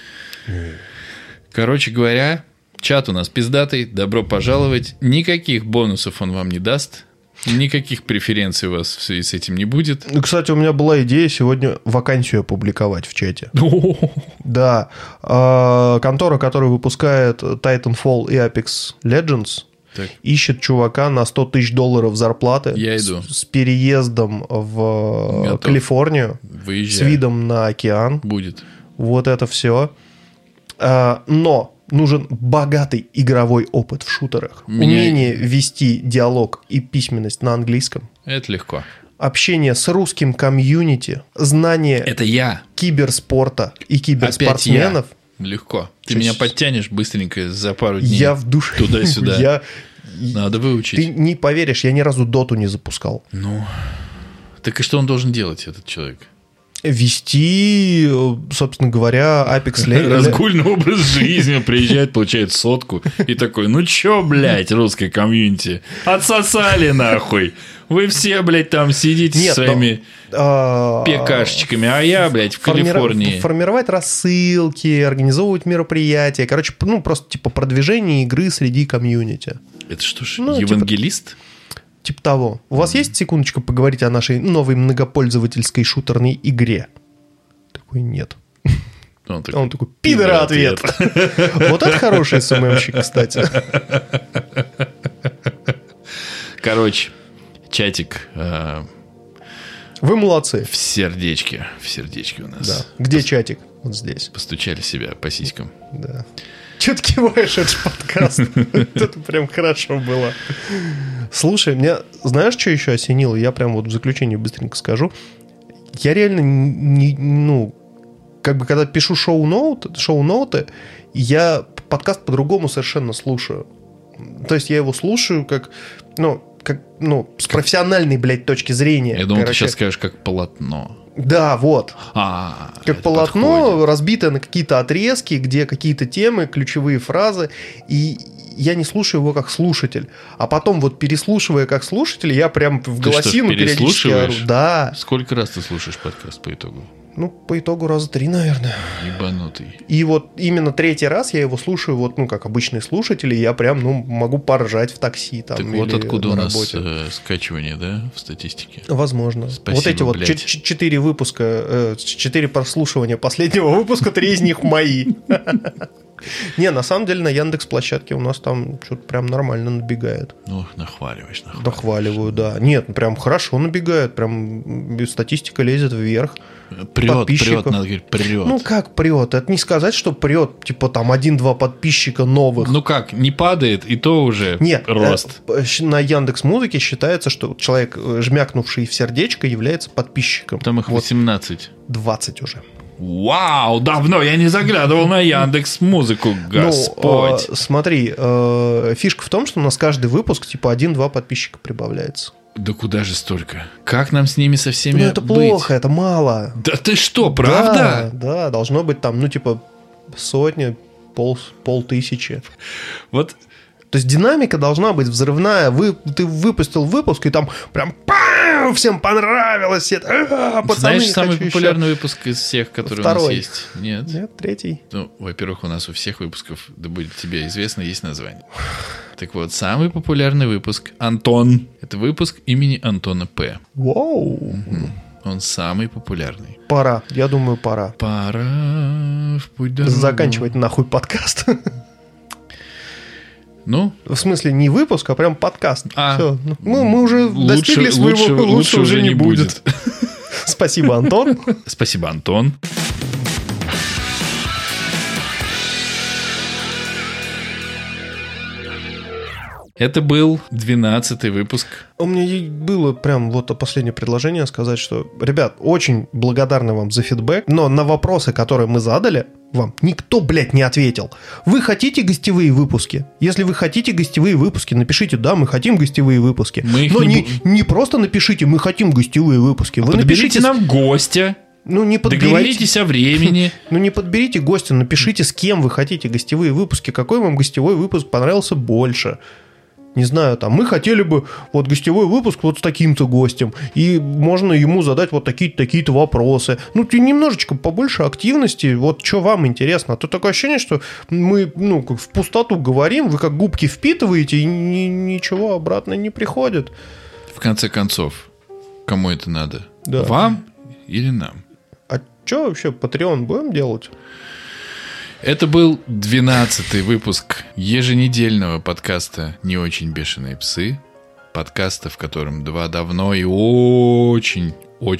Короче говоря, чат у нас пиздатый. Добро пожаловать. Никаких бонусов он вам не даст. Никаких преференций у вас в связи с этим не будет. Ну, кстати, у меня была идея сегодня вакансию опубликовать в чате. Да. Контора, которая выпускает Titanfall и Apex Legends, Так. ищет чувака на $100 тысяч зарплаты. Я иду. С переездом в Готов. Калифорнию. Выезжай. С видом на океан. Будет. Вот это все. Но нужен богатый игровой опыт в шутерах. Умение вести диалог и письменность на английском. Это легко. Общение с русским комьюнити. Знание Это я. киберспорта и Опять киберспортсменов. я. Легко. Ты Чё, меня с- подтянешь быстренько за пару дней. Я в душе. Туда-сюда. Я... Надо выучить. Ты не поверишь, я ни разу доту не запускал. Ну, Так и что он должен делать, этот человек? Вести, собственно говоря, Apex Legends. Разгульный образ жизни. Приезжает, получает сотку и такой, ну чё, блядь, русское комьюнити? Отсосали нахуй. Вы все, блядь, там сидите со своими пекашечками, а я, блядь, в Калифорнии. Формировать рассылки, организовывать мероприятия. Короче, ну, просто типа продвижение игры среди комьюнити. Это что ж, евангелист? Типа того. У вас есть секундочка поговорить о нашей новой многопользовательской шутерной игре? Такой, нет. Он такой, пидора ответ. Вот это хороший СММщик, кстати. Короче, чатик. Вы молодцы. В сердечке у нас. Да. Где чатик? Вот здесь. Постучали себя по сиськам. Да. Че ты киваешь, это же подкаст? Это прям хорошо было. Слушай, меня знаешь, что еще осенило? Я прям вот в заключение быстренько скажу. Я реально как бы когда пишу шоу-ноуты, я подкаст по-другому совершенно слушаю. То есть я его слушаю как с профессиональной, блядь, точки зрения. Я думал, ты сейчас скажешь, как полотно. Да, вот. Как полотно, подходит. Разбитое на какие-то отрезки, где какие-то темы, ключевые фразы. И я не слушаю его как слушатель. А потом вот переслушивая как слушатель, я прям в голосину периодически ору. Да. Сколько раз ты слушаешь подкаст по итогу? Ну, по итогу раза 3, наверное. Ебанутый. И вот именно 3-й раз я его слушаю, вот, как обычный слушатель, и я прям, могу поржать в такси там. Так или вот откуда у нас скачивание, да, в статистике? Возможно. Спасибо, вот эти блядь. вот 4 выпуска, 4 прослушивания последнего выпуска, 3 из них мои. Не, на самом деле на Яндекс.Площадке у нас там что-то прям нормально набегает. Ну, нахваливаешь. Нахваливаю, да. Нет, прям хорошо набегает, прям статистика лезет вверх. Прет, надо говорить, прет. Ну, как прет? Это не сказать, что прет, типа там 1-2 подписчика новых. Ну как, не падает, и то уже нет, рост. На Яндекс.Музыке считается, что человек, жмякнувший в сердечко, является подписчиком. Там их 18. 20 уже. Вау, давно я не заглядывал на Яндекс.Музыку, Господь. Смотри, фишка в том, что у нас каждый выпуск типа 1-2 подписчика прибавляется. Да куда же столько? Как нам с ними со всеми быть? Ну, это плохо, это мало. Да ты что, правда? Да, должно быть там, сотня, полтысячи. Вот. То есть динамика должна быть взрывная. Ты выпустил выпуск, и там прям всем понравилось. Пацаны, знаешь самый популярный выпуск из всех, который у нас есть? Нет, 3-й. Ну, во-первых, у нас у всех выпусков, да будет тебе известно, есть название. Так вот, самый популярный выпуск «Антон». Это выпуск имени Антона П. Вау. Угу. Он самый популярный. Пора, я думаю, пора. Пора в путь дорогу. Заканчивать нахуй подкаст. Ну? В смысле, не выпуск, а прям подкаст. Все. Мы уже лучше, достигли своего, лучше уже не будет. Спасибо, Антон. Спасибо, Антон. Это был 12-й выпуск. У меня было прям последнее предложение сказать, что, ребят, очень благодарны вам за фидбэк, но на вопросы, которые мы задали, вам никто, блядь, не ответил. Вы хотите гостевые выпуски? Если вы хотите гостевые выпуски, напишите, да, мы хотим гостевые выпуски. Но не просто напишите, мы хотим гостевые выпуски. Вы подберите нам гостя. Договоритесь о времени. Не подберите гостя, напишите, с кем вы хотите гостевые выпуски, какой вам гостевой выпуск понравился больше. Не знаю, там, мы хотели бы гостевой выпуск с таким-то гостем, и можно ему задать такие-то вопросы. Ты немножечко побольше активности, что вам интересно. А то такое ощущение, что мы, как в пустоту говорим, вы как губки впитываете, и ничего обратно не приходит. В конце концов, кому это надо? Да. Вам или нам? А что вообще, Patreon будем делать? Это был 12-й выпуск еженедельного подкаста «Не очень бешеные псы». Подкаста, в котором два давно и очень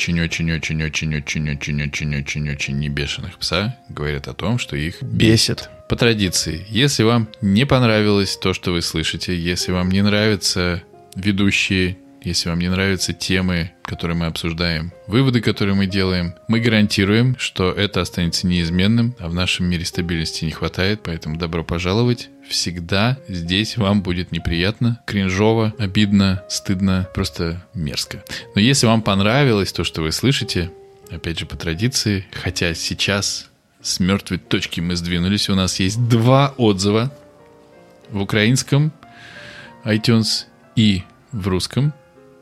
не бешеных пса говорят о том, что их бесит. По традиции, если вам не понравилось то, что вы слышите, если вам не нравятся ведущие, если вам не нравятся темы, которые мы обсуждаем, выводы, которые мы делаем, мы гарантируем, что это останется неизменным, а в нашем мире стабильности не хватает, поэтому добро пожаловать. Всегда здесь вам будет неприятно, кринжово, обидно, стыдно, просто мерзко. Но если вам понравилось то, что вы слышите, опять же по традиции, хотя сейчас с мертвой точки мы сдвинулись, у нас есть 2 отзыва в украинском iTunes и в русском.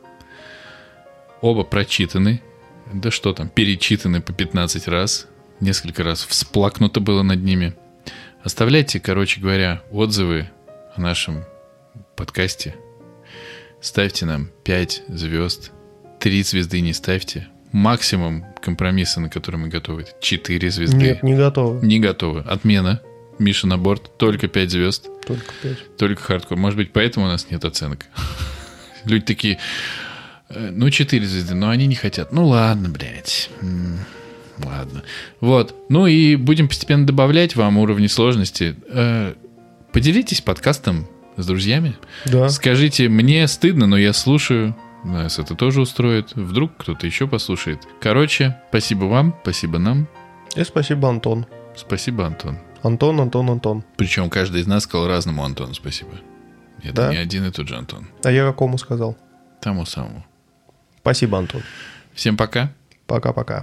Оба прочитаны. Да что там, перечитаны по 15 раз. Несколько раз всплакнуто было над ними. Оставляйте, короче говоря, отзывы о нашем подкасте. Ставьте нам 5 звезд. 3 звезды не ставьте. Максимум компромисса, на который мы готовы, 4 звезды. Нет, не готовы. Не готовы. Отмена. Миша на борт. Только 5 звезд. Только 5. Только хардкор. Может быть, поэтому у нас нет оценок. Люди такие, 4 звезды, но они не хотят. Ну ладно, блядь. Ладно. Вот. Ну и будем постепенно добавлять вам уровни сложности. Поделитесь подкастом с друзьями. Да. Скажите, мне стыдно, но я слушаю. Нас это тоже устроит. Вдруг кто-то еще послушает. Короче, спасибо вам, спасибо нам. И спасибо, Антон. Спасибо, Антон. Антон. Причем каждый из нас сказал разному Антону спасибо. Это да? не один и тот же Антон. А я какому сказал? Тому самому. Спасибо, Антон. Всем пока. Пока-пока.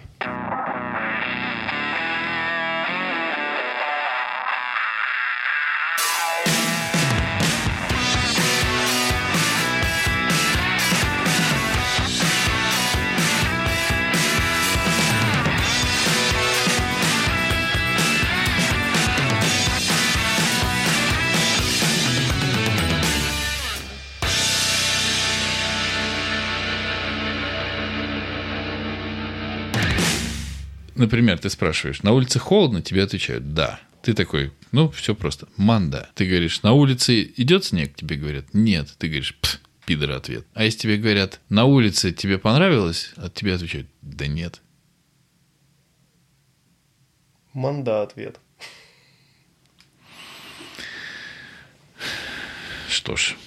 Например, ты спрашиваешь, на улице холодно? Тебе отвечают, да. Ты такой, все просто, манда. Ты говоришь, на улице идет снег? Тебе говорят, нет. Ты говоришь, пидор ответ. А если тебе говорят, на улице тебе понравилось? От тебя отвечают, да нет. Манда ответ. Что ж.